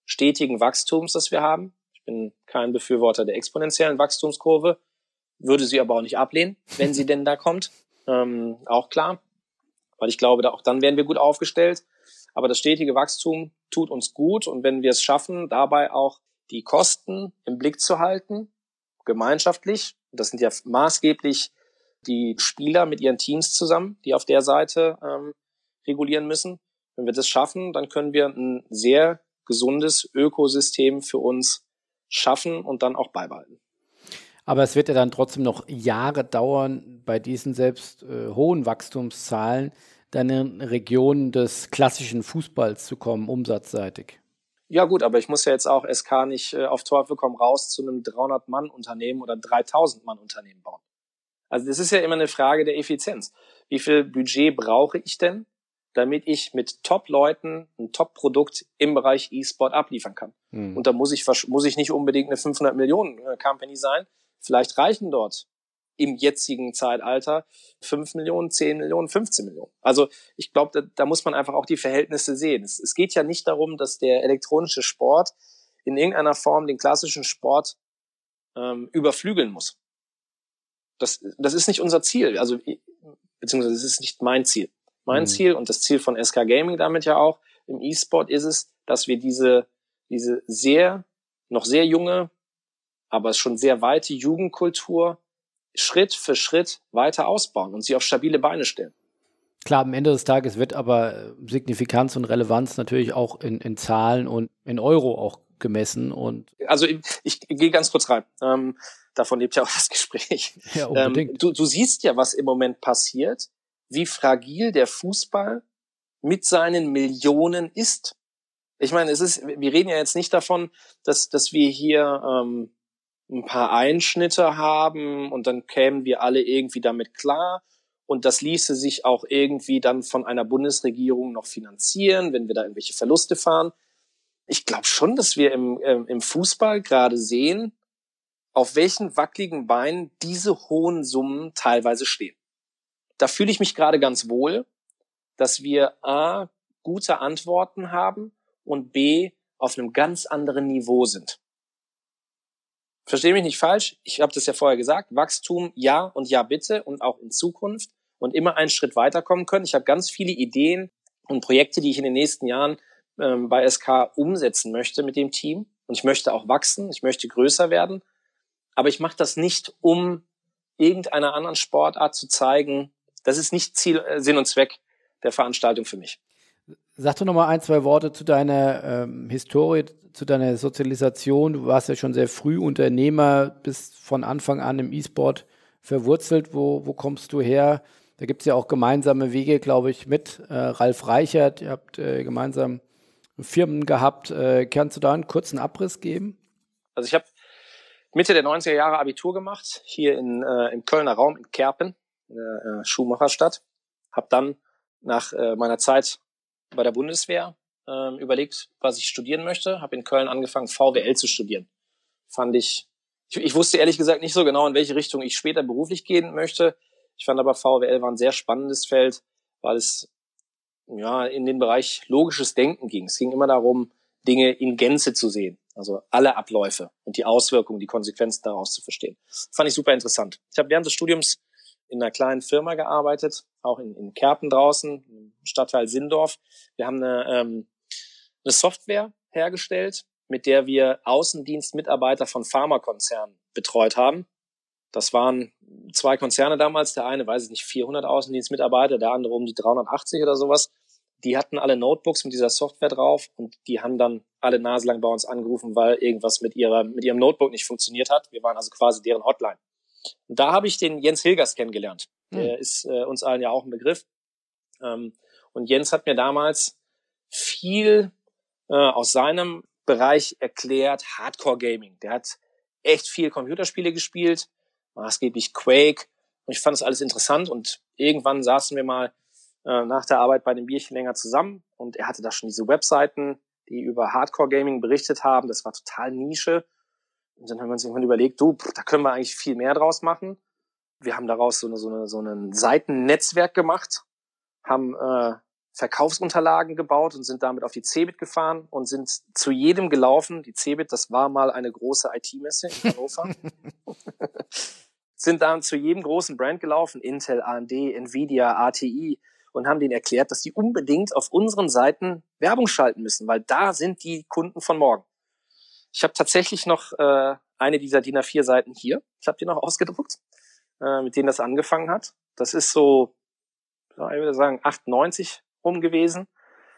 stetigen Wachstums, das wir haben. Ich bin kein Befürworter der exponentiellen Wachstumskurve, würde sie aber auch nicht ablehnen, wenn sie denn da kommt. Auch klar, weil ich glaube, auch dann wären wir gut aufgestellt. Aber das stetige Wachstum tut uns gut, und wenn wir es schaffen, dabei auch die Kosten im Blick zu halten, gemeinschaftlich, das sind ja maßgeblich die Spieler mit ihren Teams zusammen, die auf der Seite regulieren müssen. Wenn wir das schaffen, dann können wir ein sehr gesundes Ökosystem für uns schaffen und dann auch beibehalten. Aber es wird ja dann trotzdem noch Jahre dauern, bei diesen selbst hohen Wachstumszahlen dann in Regionen des klassischen Fußballs zu kommen, umsatzseitig. Ja gut, aber ich muss ja jetzt auch SK nicht auf Teufel komm raus zu einem 300-Mann-Unternehmen oder 3000-Mann-Unternehmen bauen. Also das ist ja immer eine Frage der Effizienz. Wie viel Budget brauche ich denn, damit ich mit Top-Leuten ein Top-Produkt im Bereich E-Sport abliefern kann? Und da muss ich nicht unbedingt eine 500-Millionen-Company sein. Vielleicht reichen dort im jetzigen Zeitalter 5 Millionen, 10 Millionen, 15 Millionen. Also ich glaube, da muss man einfach auch die Verhältnisse sehen. Es geht ja nicht darum, dass der elektronische Sport in irgendeiner Form den klassischen Sport überflügeln muss. Das ist nicht unser Ziel, also beziehungsweise das ist nicht mein Ziel. Mein Ziel und das Ziel von SK Gaming damit ja auch im E-Sport ist es, dass wir diese noch sehr junge, aber schon sehr weite Jugendkultur Schritt für Schritt weiter ausbauen und sie auf stabile Beine stellen. Klar, am Ende des Tages wird aber Signifikanz und Relevanz natürlich auch in Zahlen und in Euro auch gemessen. Und also ich gehe ganz kurz rein. Davon lebt ja auch das Gespräch. Ja, unbedingt. Du siehst ja, was im Moment passiert, wie fragil der Fußball mit seinen Millionen ist. Ich meine, wir reden ja jetzt nicht davon, dass wir hier ein paar Einschnitte haben und dann kämen wir alle irgendwie damit klar und das ließe sich auch irgendwie dann von einer Bundesregierung noch finanzieren, wenn wir da irgendwelche Verluste fahren. Ich glaube schon, dass wir im Fußball gerade sehen, auf welchen wackeligen Beinen diese hohen Summen teilweise stehen. Da fühle ich mich gerade ganz wohl, dass wir A, gute Antworten haben und B, auf einem ganz anderen Niveau sind. Verstehe mich nicht falsch, ich habe das ja vorher gesagt, Wachstum ja und ja bitte und auch in Zukunft und immer einen Schritt weiterkommen können. Ich habe ganz viele Ideen und Projekte, die ich in den nächsten Jahren bei SK umsetzen möchte mit dem Team. Und ich möchte auch wachsen, ich möchte größer werden. Aber ich mache das nicht, um irgendeiner anderen Sportart zu zeigen. Das ist nicht Ziel, Sinn und Zweck der Veranstaltung für mich. Sag doch noch mal ein, zwei Worte zu deiner Historie, zu deiner Sozialisation. Du warst ja schon sehr früh Unternehmer, bist von Anfang an im E-Sport verwurzelt. Wo kommst du her? Da gibt es ja auch gemeinsame Wege, glaube ich, mit Ralf Reichert. Ihr habt gemeinsam Firmen gehabt. Kannst du da einen kurzen Abriss geben? Also ich habe Mitte der 90er Jahre Abitur gemacht, hier im Kölner Raum, in Kerpen, in der Schuhmacherstadt. Habe dann nach meiner Zeit bei der Bundeswehr überlegt, was ich studieren möchte. Habe in Köln angefangen, VWL zu studieren. Ich wusste ehrlich gesagt nicht so genau, in welche Richtung ich später beruflich gehen möchte. Ich fand aber VWL war ein sehr spannendes Feld, weil es ja in den Bereich logisches Denken ging. Es ging immer darum, Dinge in Gänze zu sehen, also alle Abläufe und die Auswirkungen, die Konsequenzen daraus zu verstehen. Das fand ich super interessant. Ich habe während des Studiums in einer kleinen Firma gearbeitet, auch in Kerpen draußen, im Stadtteil Sindorf. Wir haben eine Software hergestellt, mit der wir Außendienstmitarbeiter von Pharmakonzernen betreut haben. Das waren 2 Konzerne damals. Der eine, weiß ich nicht, 400 Außendienstmitarbeiter, der andere um die 380 oder sowas. Die hatten alle Notebooks mit dieser Software drauf und die haben dann alle naselang bei uns angerufen, weil irgendwas mit ihrem Notebook nicht funktioniert hat. Wir waren also quasi deren Hotline. Und da habe ich den Jens Hilgers kennengelernt. Der ist uns allen ja auch ein Begriff. Und Jens hat mir damals viel aus seinem Bereich erklärt, Hardcore Gaming. Der hat echt viel Computerspiele gespielt, maßgeblich Quake. Und ich fand das alles interessant. Und irgendwann saßen wir mal nach der Arbeit bei dem Bierchen länger zusammen. Und er hatte da schon diese Webseiten, die über Hardcore Gaming berichtet haben. Das war total Nische. Und dann haben wir uns irgendwann überlegt, da können wir eigentlich viel mehr draus machen. Wir haben daraus so ein Seitennetzwerk gemacht, haben Verkaufsunterlagen gebaut und sind damit auf die CeBIT gefahren und sind zu jedem gelaufen. Die CeBIT, das war mal eine große IT-Messe in Hannover. Sind dann zu jedem großen Brand gelaufen, Intel, AMD, Nvidia, ATI, und haben denen erklärt, dass die unbedingt auf unseren Seiten Werbung schalten müssen, weil da sind die Kunden von morgen. Ich habe tatsächlich noch eine dieser DIN A4 Seiten hier. Ich habe die noch ausgedruckt, mit denen das angefangen hat. Das ist so, ich würde sagen, 98 rum gewesen.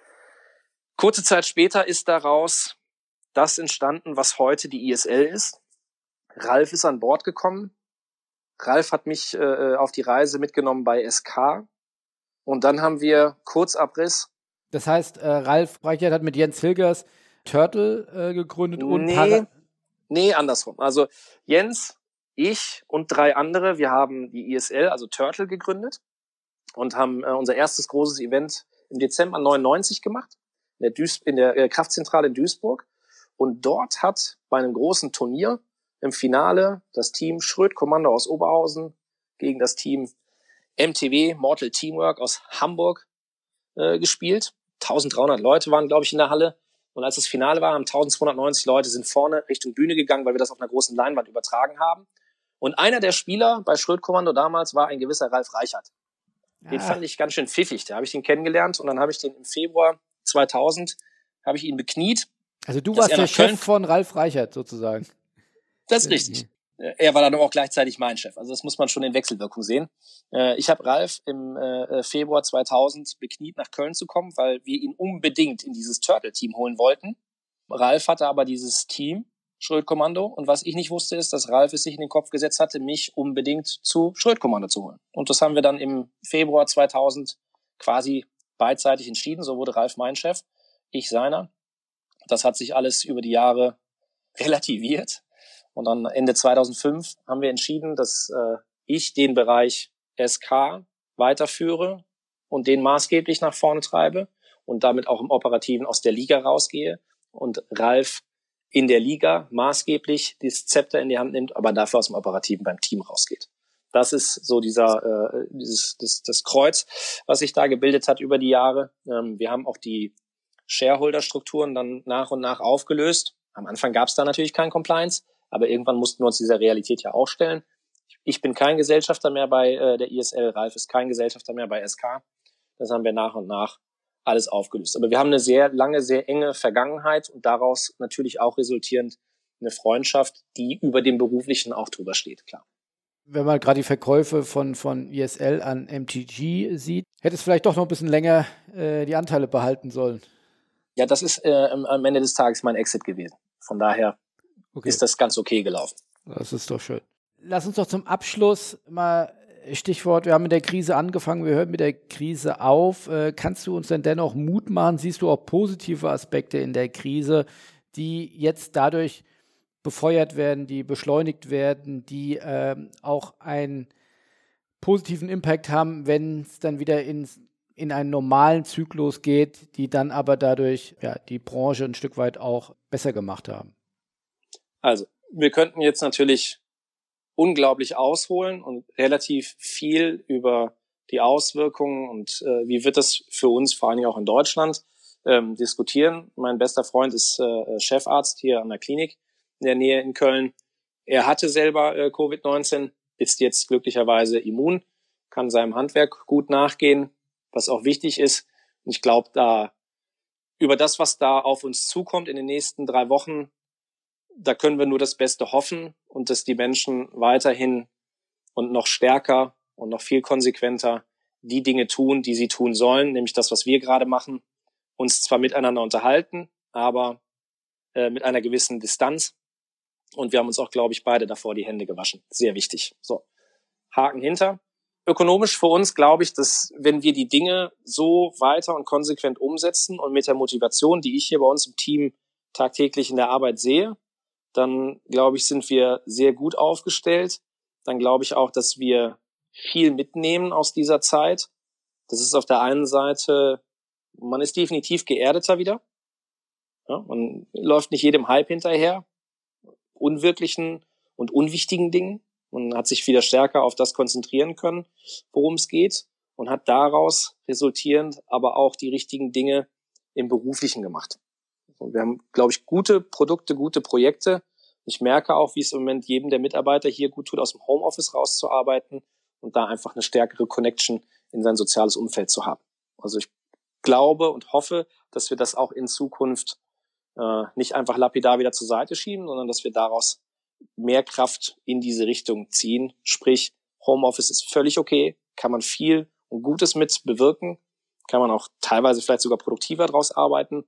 Kurze Zeit später ist daraus das entstanden, was heute die ISL ist. Ralf ist an Bord gekommen. Ralf hat mich auf die Reise mitgenommen bei SK. Und dann haben wir Kurzabriss. Das heißt, Ralf Reichert hat mit Jens Hilgers Turtle gegründet und Nee, andersrum. Also Jens, ich und 3 andere, wir haben die ISL, also Turtle, gegründet und haben unser erstes großes Event im Dezember 99 gemacht, in der Kraftzentrale in Duisburg. Und dort hat bei einem großen Turnier im Finale das Team Schröd-Kommando aus Oberhausen gegen das Team MTW, Mortal Teamwork aus Hamburg gespielt. 1300 Leute waren, glaube ich, in der Halle. Und als das Finale war, haben 1290 Leute sind vorne Richtung Bühne gegangen, weil wir das auf einer großen Leinwand übertragen haben. Und einer der Spieler bei Schröd-Kommando damals war ein gewisser Ralf Reichert. Den fand ich ganz schön pfiffig. Da habe ich den kennengelernt und dann habe ich den im Februar 2000 habe ich ihn bekniet. Also du warst der Chef von Ralf Reichert sozusagen. Das ist richtig. Er war dann auch gleichzeitig mein Chef. Also das muss man schon in Wechselwirkung sehen. Ich habe Ralf im Februar 2000 bekniet, nach Köln zu kommen, weil wir ihn unbedingt in dieses Turtle-Team holen wollten. Ralf hatte aber dieses Team, Schröd-Kommando. Und was ich nicht wusste, ist, dass Ralf es sich in den Kopf gesetzt hatte, mich unbedingt zu Schröd-Kommando zu holen. Und das haben wir dann im Februar 2000 quasi beidseitig entschieden. So wurde Ralf mein Chef, ich seiner. Das hat sich alles über die Jahre relativiert. Und dann Ende 2005 haben wir entschieden, dass ich den Bereich SK weiterführe und den maßgeblich nach vorne treibe und damit auch im Operativen aus der Liga rausgehe und Ralf in der Liga maßgeblich das Zepter in die Hand nimmt, aber dafür aus dem Operativen beim Team rausgeht. Das ist so das Kreuz, was sich da gebildet hat über die Jahre. Wir haben auch die Shareholder-Strukturen dann nach und nach aufgelöst. Am Anfang gab es da natürlich kein Compliance, aber irgendwann mussten wir uns dieser Realität ja auch stellen. Ich bin kein Gesellschafter mehr bei der ISL, Ralf ist kein Gesellschafter mehr bei SK. Das haben wir nach und nach alles aufgelöst. Aber wir haben eine sehr lange, sehr enge Vergangenheit und daraus natürlich auch resultierend eine Freundschaft, die über dem Beruflichen auch drüber steht, klar. Wenn man gerade die Verkäufe von ISL an MTG sieht, hätte es vielleicht doch noch ein bisschen länger die Anteile behalten sollen. Ja, das ist am Ende des Tages mein Exit gewesen. Von daher ist das ganz okay gelaufen. Das ist doch schön. Lass uns doch zum Abschluss mal Stichwort, wir haben mit der Krise angefangen, wir hören mit der Krise auf. Kannst du uns denn dennoch Mut machen? Siehst du auch positive Aspekte in der Krise, die jetzt dadurch befeuert werden, die beschleunigt werden, die auch einen positiven Impact haben, wenn es dann wieder in einen normalen Zyklus geht, die dann aber dadurch die Branche ein Stück weit auch besser gemacht haben? Also, wir könnten jetzt natürlich unglaublich ausholen und relativ viel über die Auswirkungen und wie wird das für uns, vor allen Dingen auch in Deutschland, diskutieren. Mein bester Freund ist Chefarzt hier an der Klinik in der Nähe in Köln. Er hatte selber Covid-19, ist jetzt glücklicherweise immun, kann seinem Handwerk gut nachgehen, was auch wichtig ist. Und ich glaube, da über das, was da auf uns zukommt in den nächsten 3 Wochen, da können wir nur das Beste hoffen und dass die Menschen weiterhin und noch stärker und noch viel konsequenter die Dinge tun, die sie tun sollen, nämlich das, was wir gerade machen, uns zwar miteinander unterhalten, aber mit einer gewissen Distanz. Und wir haben uns auch, glaube ich, beide davor die Hände gewaschen. Sehr wichtig. So, Haken hinter. Ökonomisch für uns glaube ich, dass wenn wir die Dinge so weiter und konsequent umsetzen und mit der Motivation, die ich hier bei uns im Team tagtäglich in der Arbeit sehe, dann glaube ich, sind wir sehr gut aufgestellt. Dann glaube ich auch, dass wir viel mitnehmen aus dieser Zeit. Das ist auf der einen Seite, man ist definitiv geerdeter wieder. Ja, man läuft nicht jedem Hype hinterher, unwirklichen und unwichtigen Dingen. Man hat sich wieder stärker auf das konzentrieren können, worum es geht. und hat daraus resultierend aber auch die richtigen Dinge im Beruflichen gemacht. Und wir haben, glaube ich, gute Produkte, gute Projekte. Ich merke auch, wie es im Moment jedem der Mitarbeiter hier gut tut, aus dem Homeoffice rauszuarbeiten und da einfach eine stärkere Connection in sein soziales Umfeld zu haben. Also ich glaube und hoffe, dass wir das auch in Zukunft nicht einfach lapidar wieder zur Seite schieben, sondern dass wir daraus mehr Kraft in diese Richtung ziehen. Sprich, Homeoffice ist völlig okay, kann man viel und Gutes mit bewirken, kann man auch teilweise vielleicht sogar produktiver draus arbeiten.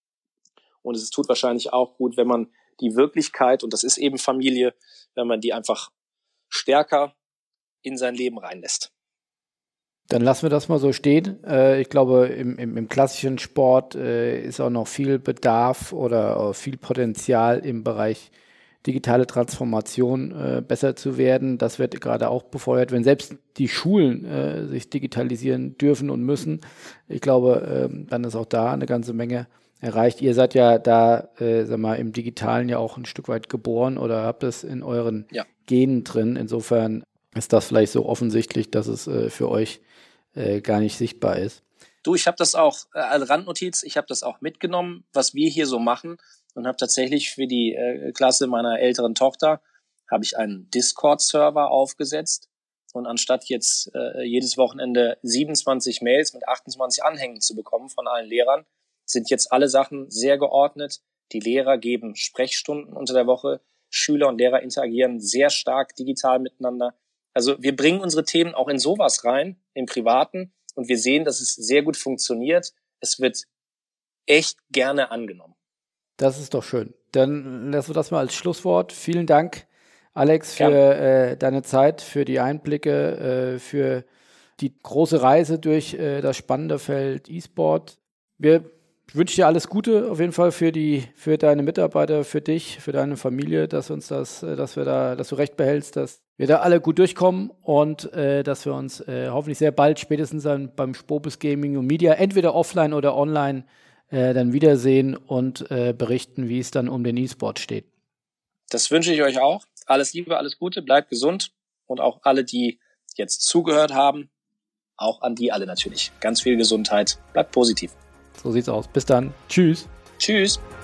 Und es tut wahrscheinlich auch gut, wenn man die Wirklichkeit, und das ist eben Familie, wenn man die einfach stärker in sein Leben reinlässt. Dann lassen wir das mal so stehen. Ich glaube, im klassischen Sport ist auch noch viel Bedarf oder viel Potenzial im Bereich digitale Transformation besser zu werden. Das wird gerade auch befeuert, wenn selbst die Schulen sich digitalisieren dürfen und müssen. Ich glaube, dann ist auch da eine ganze Menge erreicht. Ihr seid ja da, im Digitalen ja auch ein Stück weit geboren oder habt es in euren Genen drin. Insofern ist das vielleicht so offensichtlich, dass es für euch gar nicht sichtbar ist. Du, ich habe das auch als Randnotiz, ich habe das auch mitgenommen, was wir hier so machen, und habe tatsächlich für die Klasse meiner älteren Tochter habe ich einen Discord-Server aufgesetzt, und anstatt jetzt jedes Wochenende 27 Mails mit 28 Anhängen zu bekommen von allen Lehrern, sind jetzt alle Sachen sehr geordnet. Die Lehrer geben Sprechstunden unter der Woche, Schüler und Lehrer interagieren sehr stark digital miteinander. Also wir bringen unsere Themen auch in sowas rein, im Privaten, und wir sehen, dass es sehr gut funktioniert. Es wird echt gerne angenommen. Das ist doch schön. Dann lassen wir das mal als Schlusswort. Vielen Dank, Alex, für deine Zeit, für die Einblicke, für die große Reise durch das spannende Feld E-Sport. Ich wünsche dir alles Gute auf jeden Fall für deine Mitarbeiter, für dich, für deine Familie, dass du recht behältst, dass wir da alle gut durchkommen und dass wir uns hoffentlich sehr bald, spätestens dann beim Spobis Gaming und Media, entweder offline oder online, dann wiedersehen und berichten, wie es dann um den E-Sport steht. Das wünsche ich euch auch. Alles Liebe, alles Gute, bleibt gesund, und auch alle, die jetzt zugehört haben, auch an die alle natürlich. Ganz viel Gesundheit, bleibt positiv. So sieht's aus. Bis dann. Tschüss. Tschüss.